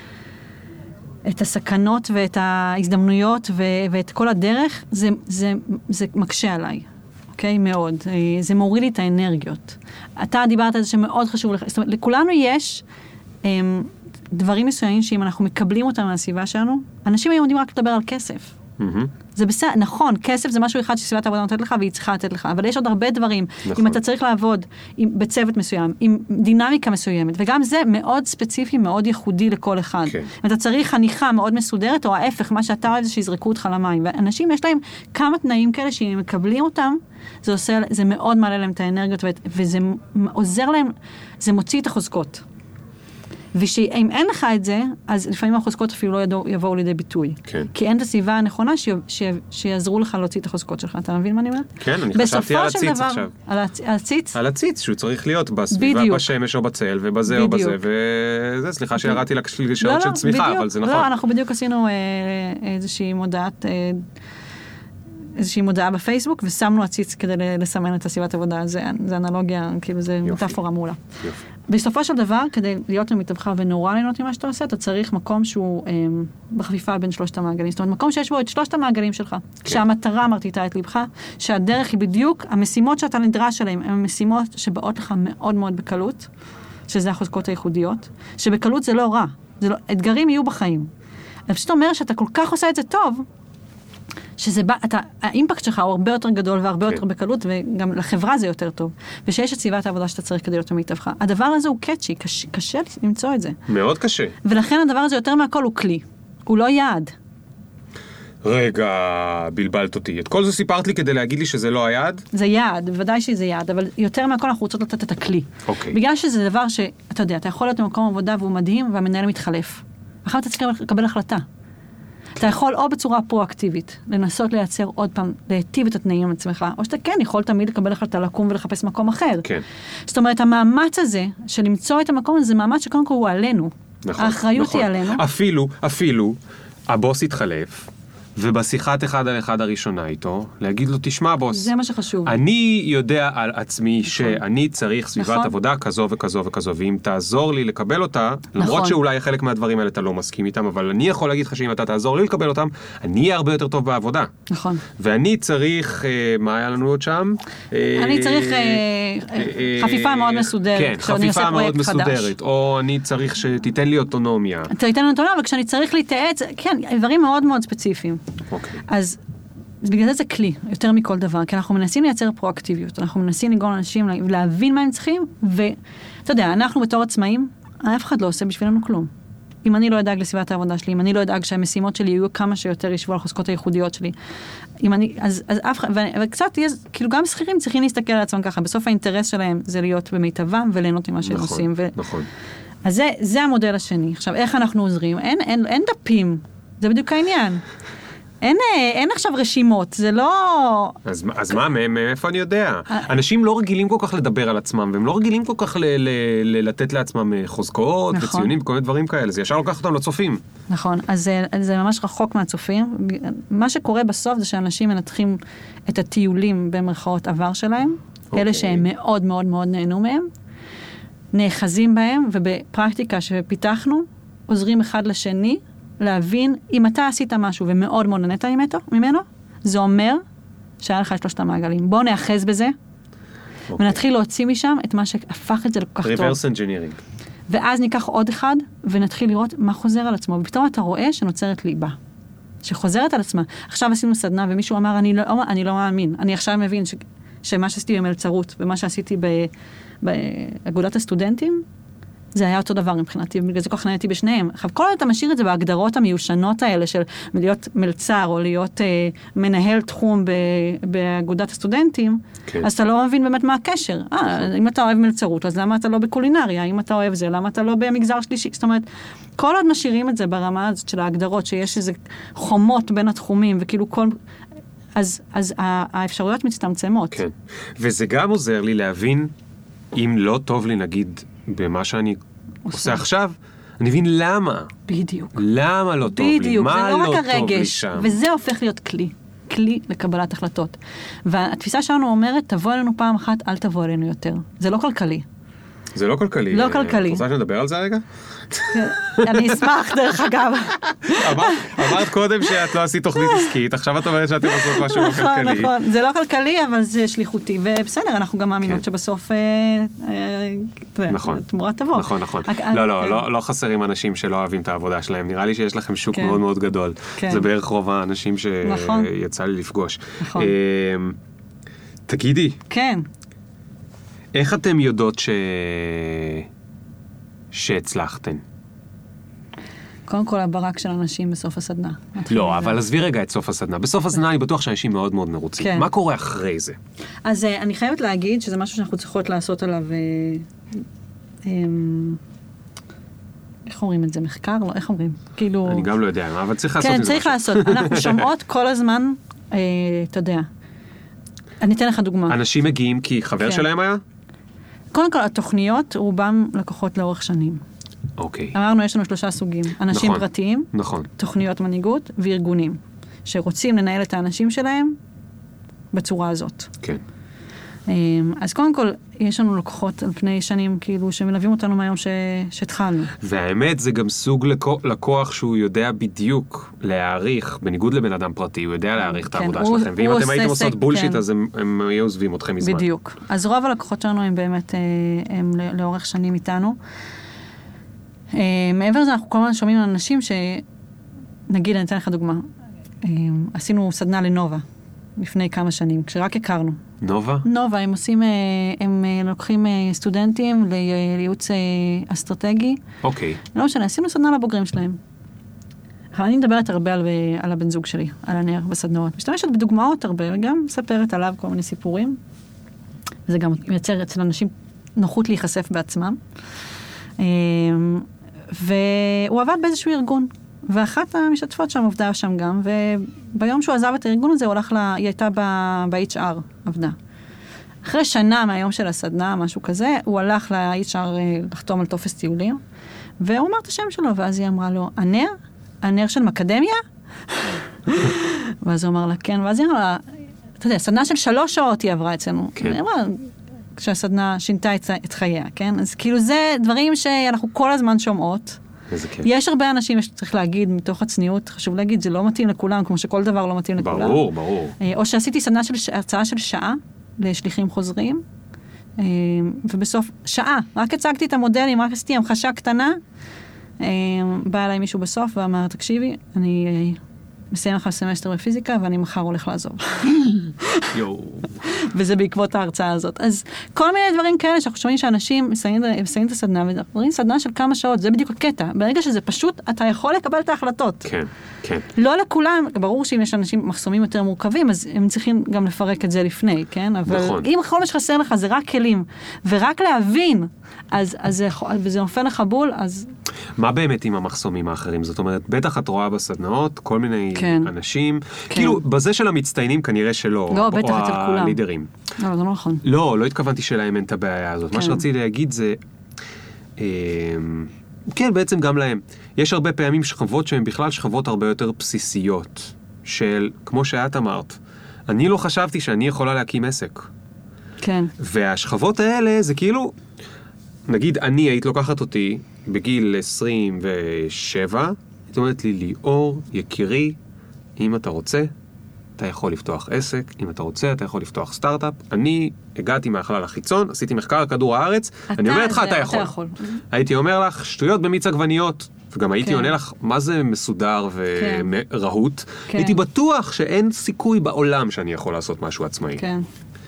את הסכנות ואת ההזדמנויות ואת כל הדרך, זה, זה, זה מקשה עליי. אוקיי? מאוד. זה מוריד לי את האנרגיות. אתה דיברת על זה שמאוד חשוב לך. זאת אומרת, לכולנו יש הם, דברים מסוימים שאם אנחנו מקבלים אותם מהסביבה שלנו, אנשים היום יודעים רק לדבר על כסף. Mm-hmm. זה בסדר, נכון, כסף זה משהו אחד שסביבת העבודה נותנת לך והיא צריכה לתת לך, אבל יש עוד הרבה דברים. נכון. אם אתה צריך לעבוד עם, בצוות מסוים, עם דינמיקה מסוימת, וגם זה מאוד ספציפי, מאוד ייחודי לכל אחד. Okay. אם אתה צריך חניכה מאוד מסודרת, או ההפך, מה שאתה אוהב זה שיזרקו אותך למים. ואנשים יש להם כמה תנאים כאלה שאם מקבלים אותם, זה עושה, זה מאוד מעלה להם את האנרגיות, וזה עוזר להם, זה מוציא את החוזקות. ושאם אין לך את זה, אז לפעמים החוזקות אפילו לא ידעו, יבואו לידי ביטוי. כן. כי אין את הסביבה הנכונה ש... ש... שיעזרו לך להוציא את החוזקות שלך. אתה מבין מה אני אומרת? כן, אני חשבתי על הציץ דבר, עכשיו. על הציץ? על הציץ, שהוא צריך להיות בסביבה, בדיוק. בשמש או בצל, ובזה בדיוק. או בזה, וזה, סליחה שירדתי לשאלות לא, של צמיחה, בדיוק. אבל זה נכון. לא, אנחנו בדיוק עשינו אה, איזושהי מודעת... אה, איזושהי מודעה בפייסבוק, ושמנו הציץ כדי לסמן את הסביבת עבודה. זה, זה אנלוגיה, כאילו זה מטאפורה מעולה. יופי. בסופו של דבר, כדי להיות למטבך ונורא ליהנות ממה שאתה עושה, אתה צריך מקום שהוא אה, בחפיפה בין שלושת המעגלים. זאת אומרת, מקום שיש בו את שלושת המעגלים שלך. כן. כשהמטרה מרתיטה את לבך, שהדרך היא בדיוק, המשימות שאתה נדרש עליהן, הן משימות שבאות לך מאוד מאוד בקלות, שזה החוזקות הייחודיות, שבקלות זה לא רע. זה לא, אתגרים יהיו בחיים. אני פשוט אומר שאתה כל כך עושה את זה טוב, שזה בא, אתה, האימפקט שלך הוא הרבה יותר גדול והרבה יותר בקלות, וגם לחברה זה יותר טוב. ושיש את סביבת העבודה שאתה צריך כדי להיות במיטבך. הדבר הזה הוא קאצ'י, קשה, קשה למצוא את זה. מאוד קשה. ולכן הדבר הזה יותר מהכל הוא כלי. הוא לא יעד. רגע, בלבלת אותי. את כל זה סיפרת לי כדי להגיד לי שזה לא היעד? זה יעד, בוודאי שזה יעד, אבל יותר מהכל אנחנו רוצות לתת את הכלי. אוקיי. בגלל שזה דבר שאתה יודע, אתה יכול להיות במקום עבודה והוא מדהים, והמנהל מתחלף. אחר אתה צריך לקבל החלטה. אתה יכול או בצורה פרואקטיבית, לנסות לייצר עוד פעם, להיטיב את התנאים עם עצמך, או שאתה כן יכול תמיד לקבל החלטה לקום ולחפש מקום אחר. כן. זאת אומרת, המאמץ הזה, של למצוא את המקום הזה, זה מאמץ שקודם כל הוא עלינו. נכון, האחריות נכון. היא עלינו. אפילו, אפילו, הבוס התחלף, ובשיחת אחד על אחד הראשונה איתו, להגיד לו, תשמע בוס, זה מה שחשוב. אני יודע על עצמי שאני צריך סביבת עבודה כזו וכזו וכזו, ואם תעזור לי לקבל אותה, למרות שאולי חלק מהדברים האלה אתה לא מסכים איתם, אבל אני יכול להגיד לך שאם אתה תעזור לי לקבל אותם, אני אהיה הרבה יותר טוב בעבודה. נכון. ואני צריך, מה היה לנו עוד שם? אני צריך חפיפה מאוד מסודרת. כן, חפיפה מאוד מסודרת, או אני צריך שתיתן לי אוטונומיה. תיתן לי אוטונומיה, אבל כשאני צריך להתייעץ, כן, דברים מאוד מאוד ספציפיים. אוקיי. אז בגלל זה זה כלי, יותר מכל דבר, כי אנחנו מנסים לייצר פרואקטיביות, אנחנו מנסים לגרום לאנשים להבין מה הם צריכים, ואתה יודע, אנחנו בתור עצמאים, אף אחד לא עושה בשבילנו כלום. אם אני לא אדאג לסביבת העבודה שלי, אם אני לא אדאג שהמשימות שלי יהיו כמה שיותר ישבו על חוזקות הייחודיות שלי, אם אני, אז, אז אף אחד, וקצת, כאילו גם שכירים צריכים להסתכל על עצמם ככה, בסוף האינטרס שלהם זה להיות במיטבם וליהנות ממה שהם נכון, עושים. ו... נכון. אז זה, זה המודל השני. עכשיו, איך אנחנו עוזרים? אין, אין, אין דפים. זה בדיוק העניין. אין, אין עכשיו רשימות, זה לא... אז, אז מה, מאיפה אני יודע? אנשים לא רגילים כל כך לדבר על עצמם, והם לא רגילים כל כך ל, ל, ל, לתת לעצמם חוזקות, נכון. וציונים, וכל מיני דברים כאלה. זה ישר לוקח אותם לצופים. נכון, אז זה, זה ממש רחוק מהצופים. מה שקורה בסוף זה שאנשים מנתחים את הטיולים במרכאות עבר שלהם, אוקיי. אלה שהם מאוד מאוד מאוד נהנו מהם, נאחזים בהם, ובפרקטיקה שפיתחנו, עוזרים אחד לשני, להבין, אם אתה עשית משהו ומאוד מאוד נהנית ממנו, זה אומר שהיה לך שלושת המעגלים. בואו נאחז בזה, okay. ונתחיל להוציא משם את מה שהפך את זה כל כך טוב. reverse engineering. ואז ניקח עוד אחד, ונתחיל לראות מה חוזר על עצמו. ופתאום אתה רואה שנוצרת ליבה, שחוזרת על עצמה. עכשיו עשינו סדנה, ומישהו אמר, אני לא, אני לא מאמין. אני עכשיו מבין ש, שמה שעשיתי במלצרות, ומה שעשיתי באגודת הסטודנטים, זה היה אותו דבר מבחינתי, בגלל זה כל כך נהייתי בשניהם. עכשיו, כל עוד אתה משאיר את זה בהגדרות המיושנות האלה של להיות מלצר, או להיות אה, מנהל תחום באגודת הסטודנטים, כן. אז אתה לא מבין באמת מה הקשר. אה, אם אתה אוהב מלצרות, אז למה אתה לא בקולינריה? אם אתה אוהב זה, למה אתה לא במגזר שלישי? זאת אומרת, כל עוד משאירים את זה ברמה הזאת של ההגדרות, שיש איזה חומות בין התחומים, וכאילו כל... אז, אז האפשרויות מצטמצמות. כן. וזה גם עוזר לי להבין, אם לא טוב לי, נגיד, במה שאני עושה עכשיו, אני מבין למה. בדיוק. למה לא טוב לי? בדיוק, מה זה לא לא רק טוב לי הרגש, שם? וזה הופך להיות כלי. כלי לקבלת החלטות. והתפיסה שלנו אומרת, תבוא אלינו פעם אחת, אל תבוא אלינו יותר. זה לא כלכלי. זה לא כלכלי. לא כלכלי. את רוצה שנדבר על זה רגע? אני אשמח, דרך אגב. אמרת קודם שאת לא עשית תוכנית עסקית, עכשיו את אומרת שאתם עושות משהו לא כלכלי. נכון, זה לא כלכלי, אבל זה שליחותי, ובסדר, אנחנו גם מאמינות שבסוף תמורה תבוא. נכון, נכון. לא, לא, לא חסרים אנשים שלא אוהבים את העבודה שלהם, נראה לי שיש לכם שוק מאוד מאוד גדול. זה בערך רוב האנשים שיצא לי לפגוש. נכון. תגידי. כן. איך אתם יודעות ש... שהצלחתן? קודם כל, הברק של אנשים בסוף הסדנה. לא, אבל עזבי רגע את סוף הסדנה. בסוף הסדנה אני בטוח שאנשים מאוד מאוד מרוצים. כן. מה קורה אחרי זה? אז אני חייבת להגיד שזה משהו שאנחנו צריכות לעשות עליו... איך אומרים את זה? מחקר? לא, איך אומרים? כאילו... אני גם לא יודע, אבל צריך לעשות כן, את זה. צריך לעשות. אנחנו שומעות כל הזמן, אתה יודע. אני אתן לך דוגמה. אנשים מגיעים כי חבר שלהם היה? קודם כל, התוכניות רובם לקוחות לאורך שנים. אוקיי. אמרנו, יש לנו שלושה סוגים. אנשים נכון, פרטיים, נכון. תוכניות מנהיגות וארגונים, שרוצים לנהל את האנשים שלהם בצורה הזאת. כן. אז קודם כל, יש לנו לקוחות על פני שנים, כאילו, שמלווים אותנו מהיום ש... שהתחלנו. והאמת, זה גם סוג לקוח, לקוח שהוא יודע בדיוק להעריך, בניגוד לבן אדם פרטי, הוא יודע להעריך כן, את העבודה הוא, שלכם. ואם אתם הייתם עושות בולשיט, כן. אז הם, הם היו עוזבים אתכם מזמן. בדיוק. אז רוב הלקוחות שלנו הם באמת, הם לאורך שנים איתנו. מעבר לזה, אנחנו כל הזמן שומעים על אנשים ש... נגיד, אני אתן לך דוגמה. עשינו סדנה לנובה. לפני כמה שנים, כשרק הכרנו. נובה? נובה, הם עושים, הם לוקחים סטודנטים לייעוץ אסטרטגי. אוקיי. לא משנה, עשינו סדנה לבוגרים שלהם. אבל אני מדברת הרבה על, על הבן זוג שלי, על הנר בסדנאות. משתמשת בדוגמאות הרבה, וגם מספרת עליו כל מיני סיפורים. זה גם מייצר אצל אנשים נוחות להיחשף בעצמם. והוא עבד באיזשהו ארגון. ואחת המשתתפות שם עובדה שם גם, וביום שהוא עזב את הארגון הזה, הוא הלך לה, היא הייתה ב-אייץ' אר, עבדה. אחרי שנה מהיום של הסדנה, משהו כזה, הוא הלך ל-אייץ' אר לחתום על טופס טיולים, והוא אמר את השם שלו, ואז היא אמרה לו, הנר? הנר של מקדמיה? ואז הוא אמר לה, כן, ואז היא אמרה לה, אתה יודע, סדנה של שלוש שעות היא עברה אצלנו. כן. היא אמרה, כשהסדנה שינתה את, את חייה, כן? אז כאילו זה דברים שאנחנו כל הזמן שומעות. איזה כיף. יש הרבה אנשים שצריך להגיד, מתוך הצניעות, חשוב להגיד, זה לא מתאים לכולם, כמו שכל דבר לא מתאים לכולם. ברור, ברור. או שעשיתי סדנה של הרצאה של שעה, לשליחים חוזרים, ובסוף, שעה, רק הצגתי את המודלים, רק עשיתי המחשה קטנה, בא אליי מישהו בסוף ואמר, תקשיבי, אני מסיים לך סמסטר בפיזיקה, ואני מחר הולך לעזוב. יואו. וזה בעקבות ההרצאה הזאת. אז כל מיני דברים כאלה שאנחנו שומעים שאנשים מסיימים את הסדנה, ודברים סדנה של כמה שעות, זה בדיוק הקטע. ברגע שזה פשוט, אתה יכול לקבל את ההחלטות. כן, כן. לא לכולם, ברור שאם יש אנשים מחסומים יותר מורכבים, אז הם צריכים גם לפרק את זה לפני, כן? אבל נכון. אם כל מה שחסר לך זה רק כלים, ורק להבין, אז, אז זה, וזה נופל לך בול, אז... מה באמת עם המחסומים האחרים? זאת אומרת, בטח את רואה בסדנאות, כל מיני כן. אנשים, כן. כאילו, בזה של המצטיינים כנראה שלא, לא, בטח, או אצל כולם. הלידרים. לא, זה לא נכון. לא, לא התכוונתי שלהם אין את הבעיה הזאת. כן. מה שרציתי להגיד זה, אה, כן, בעצם גם להם. יש הרבה פעמים שכבות שהן בכלל שכבות הרבה יותר בסיסיות, של, כמו שאת אמרת, אני לא חשבתי שאני יכולה להקים עסק. כן. והשכבות האלה זה כאילו, נגיד אני היית לוקחת אותי בגיל עשרים ושבע, היית אומרת לי, ליאור, יקירי, אם אתה רוצה, אתה יכול לפתוח עסק, אם אתה רוצה, אתה יכול לפתוח סטארט-אפ. אני הגעתי מהחלל החיצון, עשיתי מחקר על כדור הארץ, אני אומר לך, אתה יכול. יכול. הייתי אומר לך, שטויות במיץ עגבניות, וגם הייתי כן. עונה לך, מה זה מסודר ורהוט? כן. הייתי בטוח שאין סיכוי בעולם שאני יכול לעשות משהו עצמאי. כן.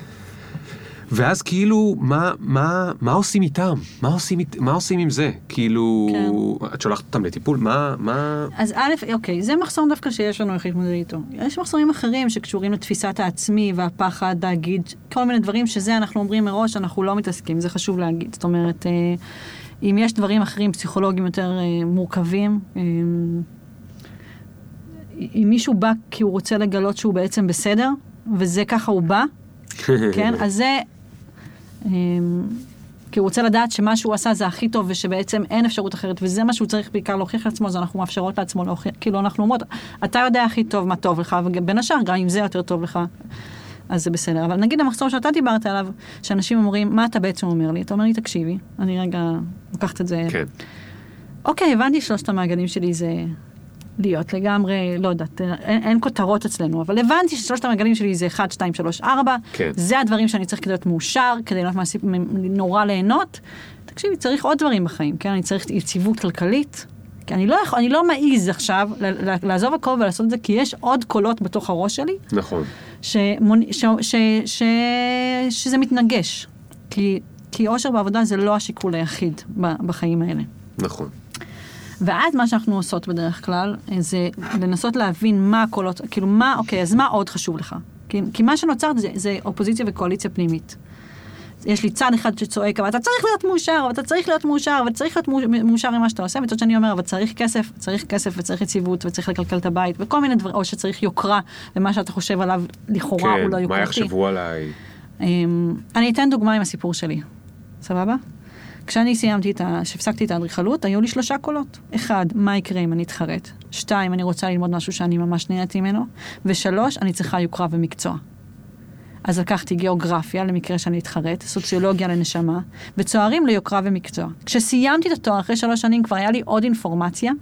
ואז כאילו, מה, מה, מה עושים איתם? מה עושים, מה עושים עם זה? כאילו, כן. את שולחת אותם לטיפול? מה, מה... אז א', אוקיי, זה מחסום דווקא שיש לנו איך להתמודד איתו. יש מחסומים אחרים שקשורים לתפיסת העצמי והפחד להגיד, כל מיני דברים שזה אנחנו אומרים מראש, אנחנו לא מתעסקים, זה חשוב להגיד. זאת אומרת, אם יש דברים אחרים, פסיכולוגיים יותר מורכבים, אם מישהו בא כי הוא רוצה לגלות שהוא בעצם בסדר, וזה ככה הוא בא, כן? אז זה... כי הוא רוצה לדעת שמה שהוא עשה זה הכי טוב, ושבעצם אין אפשרות אחרת, וזה מה שהוא צריך בעיקר להוכיח לעצמו, אז אנחנו מאפשרות לעצמו להוכיח, כאילו אנחנו אומרות, אתה יודע הכי טוב מה טוב לך, ובין השאר, גם אם זה יותר טוב לך, אז זה בסדר. אבל נגיד המחסום שאתה דיברת עליו, שאנשים אומרים, מה אתה בעצם אומר לי? אתה אומר לי, תקשיבי, אני רגע לוקחת את זה. כן. אוקיי, הבנתי שלושת המעגלים שלי זה... להיות לגמרי, לא יודעת, אין, אין כותרות אצלנו, אבל הבנתי ששלושת המעגלים שלי זה אחד, שתיים, שלוש, ארבע, כן. זה הדברים שאני צריך כדי להיות מאושר, כדי להיות מעשי, נורא ליהנות. תקשיבי, צריך עוד דברים בחיים, כן? אני צריך יציבות כלכלית, כי אני לא, אני לא מעיז עכשיו לעזוב הכל ולעשות את זה, כי יש עוד קולות בתוך הראש שלי, נכון. שמונ... ש... ש... ש... שזה מתנגש, כי, כי אושר בעבודה זה לא השיקול היחיד בחיים האלה. נכון. ואז מה שאנחנו עושות בדרך כלל, זה לנסות להבין מה הקולות, כאילו מה, אוקיי, אז מה עוד חשוב לך? כי, כי מה שנוצר זה, זה אופוזיציה וקואליציה פנימית. יש לי צד אחד שצועק, אבל אתה צריך להיות מאושר, אבל אתה צריך להיות מאושר, אבל צריך להיות מאושר עם מה שאתה עושה, וצד שאני אומר, אבל צריך כסף, צריך כסף, וצריך יציבות, וצריך לקלקל את הבית, וכל מיני דברים, או שצריך יוקרה, ומה שאתה חושב עליו לכאורה כן, הוא לא יוקרתי. מה יחשבו עליי? אני אתן דוגמה עם הסיפור שלי. סבבה? כשאני סיימתי את ה... שהפסקתי את האדריכלות, היו לי שלושה קולות. אחד, מה יקרה אם אני אתחרט? שתיים, אני רוצה ללמוד משהו שאני ממש נהניתי ממנו. ושלוש, אני צריכה יוקרה ומקצוע. אז לקחתי גיאוגרפיה למקרה שאני אתחרט, סוציולוגיה לנשמה, וצוערים ליוקרה ומקצוע. כשסיימתי את התואר אחרי שלוש שנים, כבר היה לי עוד אינפורמציה,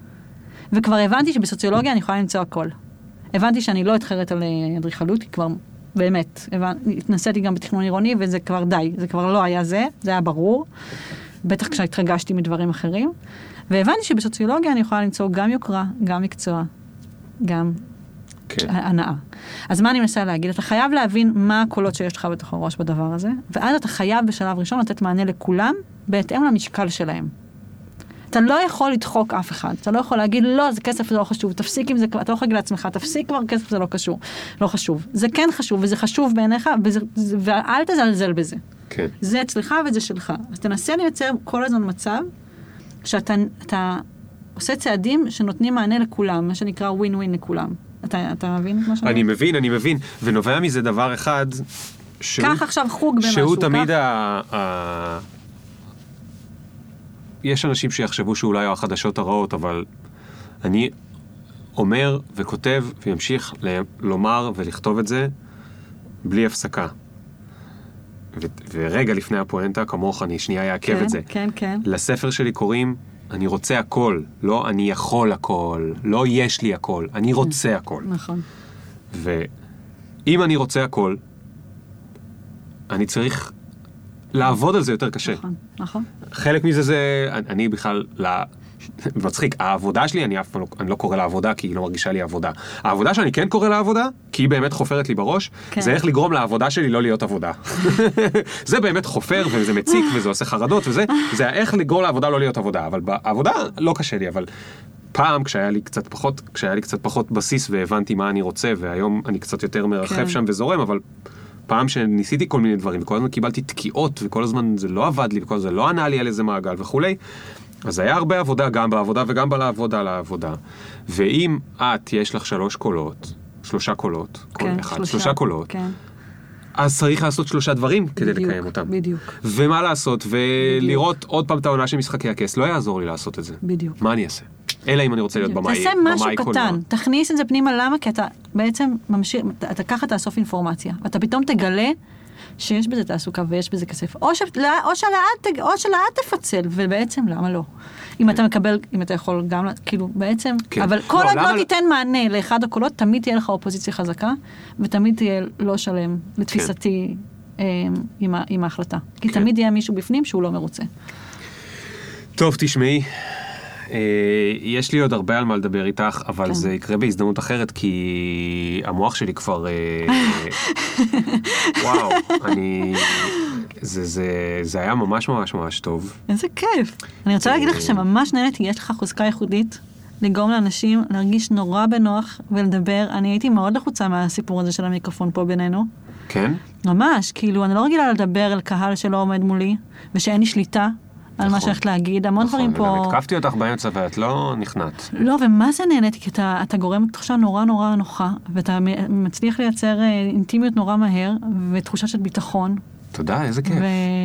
וכבר הבנתי שבסוציולוגיה אני יכולה למצוא הכל. הבנתי שאני לא אתחרט על אדריכלות, כי כבר... באמת, התנסיתי גם בתכנון עירוני, וזה כבר די, זה כבר לא היה זה, זה היה ברור, בטח כשהתרגשתי מדברים אחרים, והבנתי שבסוציולוגיה אני יכולה למצוא גם יוקרה, גם מקצוע, גם כן. הנאה. אז מה אני מנסה להגיד? אתה חייב להבין מה הקולות שיש לך בתוך הראש בדבר הזה, ואז אתה חייב בשלב ראשון לתת מענה לכולם, בהתאם למשקל שלהם. אתה לא יכול לדחוק אף אחד, אתה לא יכול להגיד, לא, זה כסף, זה לא חשוב, תפסיק עם זה, אתה לא יכול להגיד לעצמך, תפסיק כבר, כסף זה לא קשור, לא חשוב. זה כן חשוב, וזה חשוב בעיניך, וזה, ואל תזלזל בזה. כן. זה אצלך וזה שלך. אז תנסה לייצר כל הזמן מצב, שאתה אתה עושה צעדים שנותנים מענה לכולם, מה שנקרא ווין ווין לכולם. אתה, אתה מבין מה שאני? אני מבין, אני מבין, ונובע מזה דבר אחד, שהוא, קח עכשיו חוג במשהו. שהוא תמיד ה... ה... יש אנשים שיחשבו שאולי החדשות הרעות, אבל אני אומר וכותב וימשיך לומר ולכתוב את זה בלי הפסקה. ו- ורגע לפני הפואנטה, כמוך, אני שנייה יעכב כן, את זה. כן, כן. לספר שלי קוראים אני רוצה הכל, לא אני יכול הכל, לא יש לי הכל, אני רוצה הכל. נכון. ואם אני רוצה הכל, אני צריך לעבוד על זה יותר קשה. נכון, נכון. חלק מזה זה, אני בכלל, מצחיק, העבודה שלי, אני אף פעם לא, אני לא קורא לעבודה, כי היא לא מרגישה לי עבודה. העבודה שאני כן קורא לעבודה, כי היא באמת חופרת לי בראש, כן. זה איך לגרום לעבודה שלי לא להיות עבודה. זה באמת חופר, וזה מציק, וזה עושה חרדות, וזה, זה איך לגרום לעבודה לא להיות עבודה. אבל בעבודה לא קשה לי, אבל פעם, כשהיה לי קצת פחות, כשהיה לי קצת פחות בסיס, והבנתי מה אני רוצה, והיום אני קצת יותר מרחב כן. שם וזורם, אבל פעם שניסיתי כל מיני דברים, וכל הזמן קיבלתי תקיעות, וכל הזמן זה לא עבד לי, וכל הזמן זה לא ענה לי על איזה מעגל וכולי. אז היה הרבה עבודה, גם בעבודה וגם בעבודה לעבודה. ואם את, יש לך שלוש קולות, שלושה קולות, כל כן, אחד, שלושה, שלושה קולות, כן. אז צריך לעשות שלושה דברים כדי בדיוק, לקיים אותם. בדיוק. ומה לעשות, ולראות עוד פעם את העונה של משחקי הכס, לא יעזור לי לעשות את זה. בדיוק. מה אני אעשה? אלא אם אני רוצה להיות במאי, תעשה משהו במאי קולנוע. קטן, תכניס את זה פנימה, למה? כי אתה בעצם ממשיך, אתה, אתה ככה תאסוף אינפורמציה, ואתה פתאום תגלה שיש בזה תעסוקה ויש בזה כסף, או, ש, או, שלאט, או שלאט תפצל, ובעצם למה לא? אם אתה מקבל, אם אתה יכול גם, כאילו, בעצם, כן. אבל כל לא, עוד למה... לא תיתן מענה לאחד הקולות, תמיד תהיה לך אופוזיציה חזקה, ותמיד תהיה לא שלם, לתפיסתי, כן. עם, עם ההחלטה. כי כן. תמיד יהיה מישהו בפנים שהוא לא מרוצה. טוב, תשמעי, יש לי עוד הרבה על מה לדבר איתך, אבל כן. זה יקרה בהזדמנות אחרת, כי המוח שלי כבר... וואו, אני... זה, זה, זה היה ממש ממש ממש טוב. איזה כיף. אני רוצה להגיד לך שממש נהניתי, יש לך חוזקה ייחודית לגרום לאנשים להרגיש נורא בנוח ולדבר. אני הייתי מאוד לחוצה מהסיפור הזה של המיקרופון פה בינינו. כן? ממש, כאילו, אני לא רגילה לדבר על קהל שלא עומד מולי, ושאין לי שליטה על מה שהולכת להגיד. המון דברים פה... נכון, וגם התקפתי אותך באמצע ואת לא נכנעת. לא, ומה זה נהניתי? כי אתה, אתה גורם תחושה נורא נורא נוחה, ואתה מצליח לייצר אינטימיות נורא מהר, ותחושה של ביטחון. תודה, איזה כיף.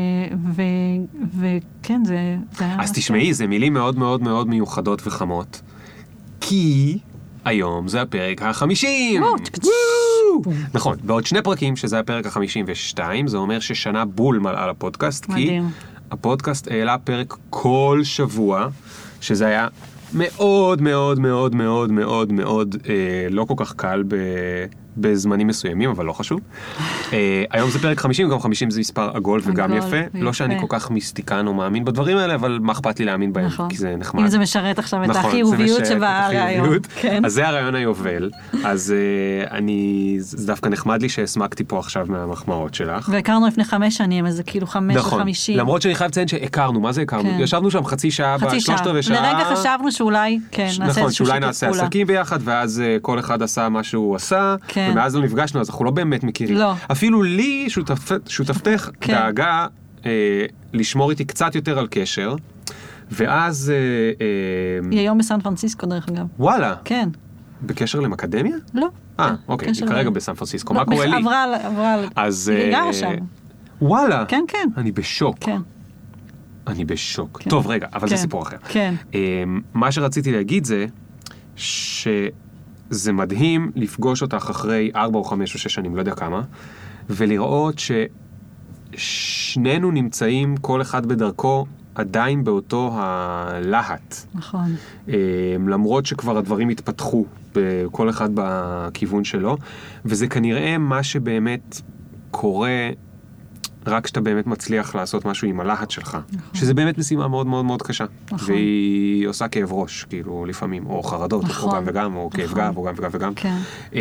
וכן, זה... אז תשמעי, זה מילים מאוד מאוד מאוד מיוחדות וחמות, כי היום זה הפרק החמישים. נכון, בעוד שני פרקים, שזה הפרק החמישים ושתיים, זה אומר ששנה בול מלאה לפודקאסט, כי הפודקאסט העלה פרק כל שבוע, שזה היה מאוד מאוד מאוד מאוד מאוד מאוד לא כל כך קל ב... בזמנים מסוימים, אבל לא חשוב. היום זה פרק חמישים, גם חמישים זה מספר עגול וגם יפה. לא שאני כל כך מיסטיקן או מאמין בדברים האלה, אבל מה אכפת לי להאמין בהם, כי זה נחמד. אם זה משרת עכשיו את החיוביות שבהרעיון. אז זה הרעיון היובל. אז אני, זה דווקא נחמד לי שהסמקתי פה עכשיו מהמחמאות שלך. והכרנו לפני חמש שנים, אז זה כאילו חמש וחמישים. למרות שאני חייב לציין שהכרנו, מה זה הכרנו? ישבנו שם חצי שעה, בשלושת רבעי שעה. לרגע חשבנו שאולי, כן, נעשה איזשהו שיתוף פעולה. עסקים ביחד, ואז כל אחד עשה מה שהוא עשה, ומאז לא נפגשנו, אז אנחנו לא באמת מכירים. לא. אפילו לי, שותפתך, דאגה לשמור איתי קצת יותר על קשר, ואז... היא היום בסן פרנסיסקו, דרך אגב. וואלה. כן. בקשר למקדמיה? לא. אה, אוקיי, היא כרגע בסן פרנסיסקו. מה קורה לי? עברה, עברה. היא גרה שם. וואלה. כן, כן. אני בשוק. כן. אני בשוק. טוב, רגע, אבל זה סיפור אחר. כן. מה שרציתי להגיד זה, ש... זה מדהים לפגוש אותך אחרי ארבע או חמש או שש שנים, לא יודע כמה, ולראות ששנינו נמצאים, כל אחד בדרכו, עדיין באותו הלהט. נכון. למרות שכבר הדברים התפתחו, כל אחד בכיוון שלו, וזה כנראה מה שבאמת קורה, רק שאתה באמת מצליח לעשות משהו עם הלהט שלך. נכון. שזה באמת משימה מאוד מאוד מאוד קשה. נכון. והיא עושה כאב ראש, כאילו, לפעמים, או חרדות, נכון. או גם וגם, או כאב נכון. גב, או גם וגם וגם. כן.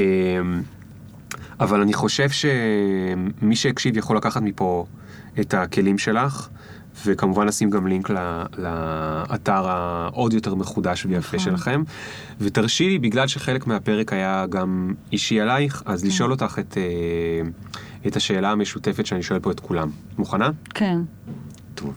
אבל אני חושב שמי שהקשיב יכול לקחת מפה את הכלים שלך, וכמובן נשים גם לינק לאתר העוד יותר מחודש ויפה שלכם. ותרשי לי, בגלל שחלק מהפרק היה גם אישי עלייך, אז לשאול אותך את, את השאלה המשותפת שאני שואל פה את כולם. מוכנה? כן. טוב.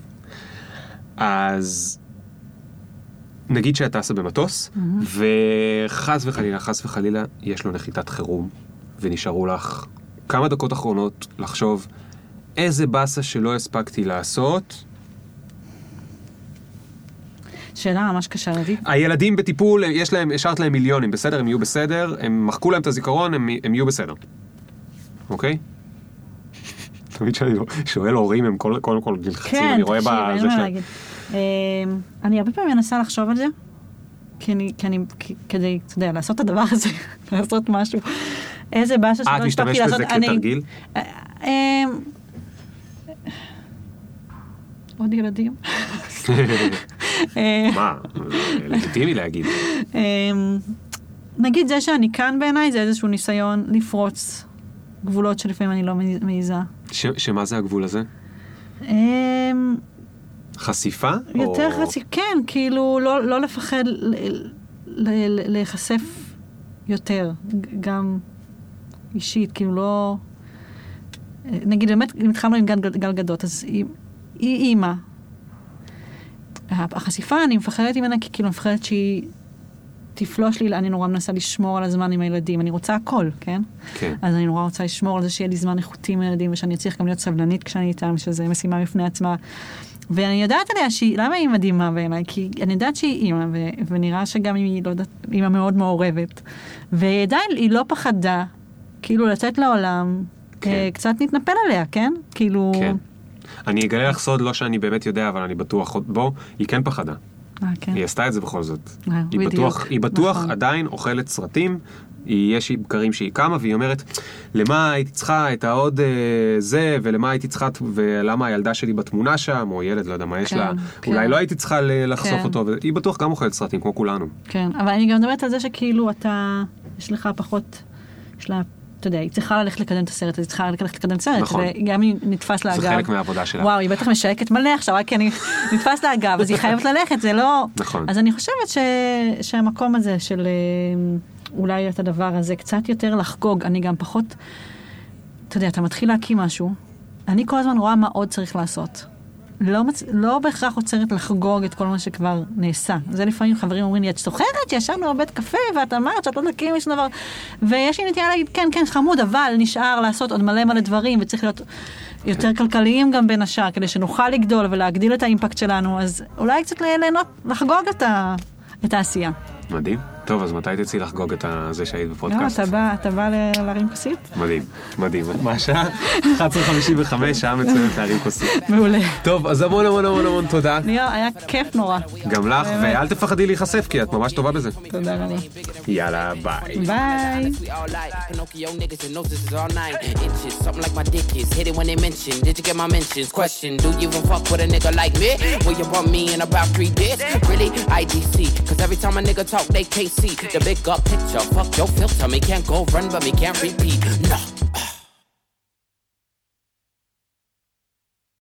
אז נגיד שאת טסה במטוס, וחס וחלילה, חס וחלילה, יש לו נחיתת חירום, ונשארו לך כמה דקות אחרונות לחשוב איזה בסה שלא הספקתי לעשות. שאלה ממש קשה לי. הילדים בטיפול, יש להם, השארת להם מיליונים, בסדר, הם יהיו בסדר, הם מחקו להם את הזיכרון, הם, הם יהיו בסדר. אוקיי? תמיד שאני שואל הורים, הם כל כל כל נלחצים, אני רואה בזה שלהם. אני הרבה פעמים מנסה לחשוב על זה, כי אני, כדי, אתה יודע, לעשות את הדבר הזה, לעשות משהו. איזה באשה שלא השתפתי לעשות. את משתמשת בזה כתרגיל? עוד ילדים. מה? לגיטימי להגיד. נגיד זה שאני כאן בעיניי, זה איזשהו ניסיון לפרוץ גבולות שלפעמים אני לא מעיזה. שמה זה הגבול הזה? חשיפה? יותר חשיפה, כן, כאילו לא לפחד להיחשף יותר, גם אישית, כאילו לא... נגיד, באמת, אם התחלנו עם גל גדות, אז היא אימא. החשיפה, אני מפחדת ממנה, כי כאילו מפחדת שהיא תפלוש לי, אני נורא מנסה לשמור על הזמן עם הילדים, אני רוצה הכל, כן? כן. אז אני נורא רוצה לשמור על זה שיהיה לי זמן איכותי עם הילדים, ושאני אצליח גם להיות סבלנית כשאני איתם, שזה משימה בפני עצמה. ואני יודעת עליה שהיא, למה היא מדהימה בעיניי? כי אני יודעת שהיא אימא, ו- ונראה שגם היא, לא יודעת, אימא מאוד מעורבת. ועדיין היא לא פחדה, כאילו לצאת לעולם, כן. אה, קצת נתנפל עליה, כן? כאילו... כן. אני אגלה לך סוד, לא שאני באמת יודע, אבל אני בטוח, בוא, היא כן פחדה. אה, כן. היא עשתה את זה בכל זאת. אה, היא בדיוק. בטוח, היא בטוח נכון. עדיין אוכלת סרטים, יש בקרים שהיא קמה, והיא אומרת, למה הייתי צריכה את העוד אה, זה, ולמה הייתי צריכה, ולמה הילדה שלי בתמונה שם, או ילד, לא יודע מה יש כן, לה, כן. אולי לא הייתי צריכה לחשוף כן. אותו, והיא בטוח גם אוכלת סרטים, כמו כולנו. כן, אבל אני גם מדברת על זה שכאילו אתה, יש לך פחות, יש לה, אתה יודע, היא צריכה ללכת לקדם את הסרט, אז היא צריכה ללכת לקדם את הסרט, נכון. וגם היא נתפס לה אגב. זה חלק מהעבודה שלה. וואו, היא בטח משעקת מלא עכשיו, רק כי אני נתפס לה אגב, אז היא חייבת ללכת, זה לא... נכון. אז אני חושבת ש... שהמקום הזה של אולי את הדבר הזה, קצת יותר לחגוג, אני גם פחות, אתה יודע, אתה מתחיל להקים משהו, אני כל הזמן רואה מה עוד צריך לעשות. לא, מצ... לא בהכרח עוצרת לחגוג את כל מה שכבר נעשה. זה לפעמים חברים אומרים לי, את סוחרת שישבנו בבית קפה, ואת אמרת שאת לא נקים משהו דבר. ויש לי נטייה להגיד, כן, כן, חמוד, אבל נשאר לעשות עוד מלא מלא דברים, וצריך להיות יותר כלכליים גם בין השאר, כדי שנוכל לגדול ולהגדיל את האימפקט שלנו, אז אולי קצת ליהנות, לחגוג את, ה... את העשייה. מדהים. טוב, אז מתי תצאי לחגוג את זה שהיית בפודקאסט? לא, אתה בא, אתה בא להרים כוסית? מדהים, מדהים. מה השעה? אחת עשרה חמישים וחמש, שעה מצוינת להרים כוסית. מעולה. טוב, אז המון המון המון המון תודה. ניר, היה כיף נורא. גם לך, ואל תפחדי להיחשף, כי את ממש טובה בזה. תודה רבה. יאללה, ביי. ביי. Talk, they can't see the big up picture. Fuck your filter, me can't go run, but me can't repeat. No.